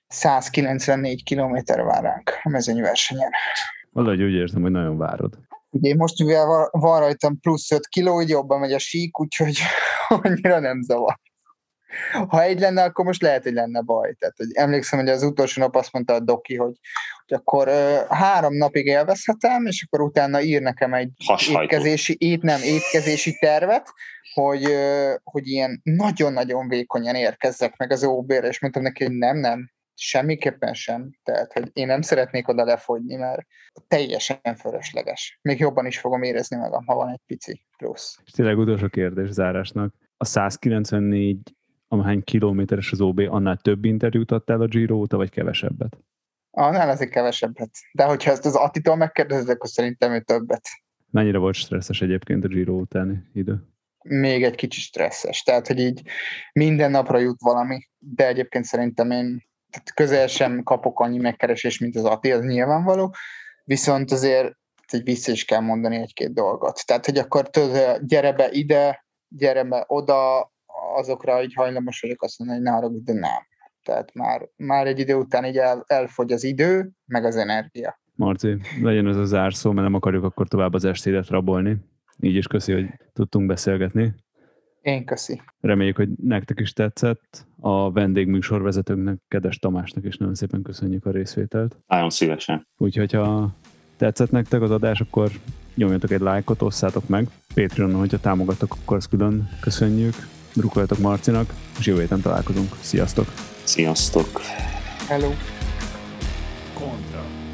194 kilométer vár ránk a mezőnyversenyen. Valahogy úgy érzem, hogy nagyon várod. Ugye most mivel van rajtam plusz 5 kiló, így jobban megy a sík, úgyhogy annyira nem zavar. Ha egy lenne, akkor most lehet, hogy lenne baj. Tehát, hogy emlékszem, hogy az utolsó nap azt mondta a doki, hogy akkor 3 napig élvezhetem, és akkor utána ír nekem egy étkezési tervet, hogy ilyen nagyon-nagyon vékonyan érkezzek meg az OB-re, és mondtam neki, hogy nem, semmiképpen sem. Tehát, hogy én nem szeretnék oda lefogyni, mert teljesen fölösleges. Még jobban is fogom érezni magam, ha van egy pici plusz. És tényleg utolsó kérdés zárásnak. A 194 amáhány kilométeres az OB, annál több interjút adtál a Giro óta, vagy kevesebbet? Annál azért kevesebbet. De hogyha ezt az Attitól megkérdezed, akkor szerintem ő többet. Mennyire volt stresszes egyébként a Giro utáni idő? Még egy kicsit stresszes. Tehát, hogy így minden napra jut valami, de egyébként szerintem én közel sem kapok annyi megkeresés, mint az Atti, az nyilvánvaló, viszont azért vissza is kell mondani 1-2 dolgot. Tehát, hogy akkor gyere be ide, gyere be oda, azokra így hajlamos vagyok azt mondani, hogy ne haragudj, de nem. Tehát már egy idő után így elfogy az idő, meg az energia. Marci, legyen ez a zárszó, mert nem akarjuk akkor tovább az estédet rabolni. Így is köszi, hogy tudtunk beszélgetni. Én köszi. Reméljük, hogy nektek is tetszett. A vendégműsorvezetőnknek, Kedes Tamásnak is nagyon szépen köszönjük a részvételt. Nagyon szívesen. Úgyhogy ha tetszett nektek az adás, akkor nyomjatok egy lájkot, osszátok meg. Patreonon, hogyha támogattok, akkor azt külön köszönjük. Drukkoljatok Marcinak, és jövő héten találkozunk. Sziasztok! Sziasztok! Hello! Kontra.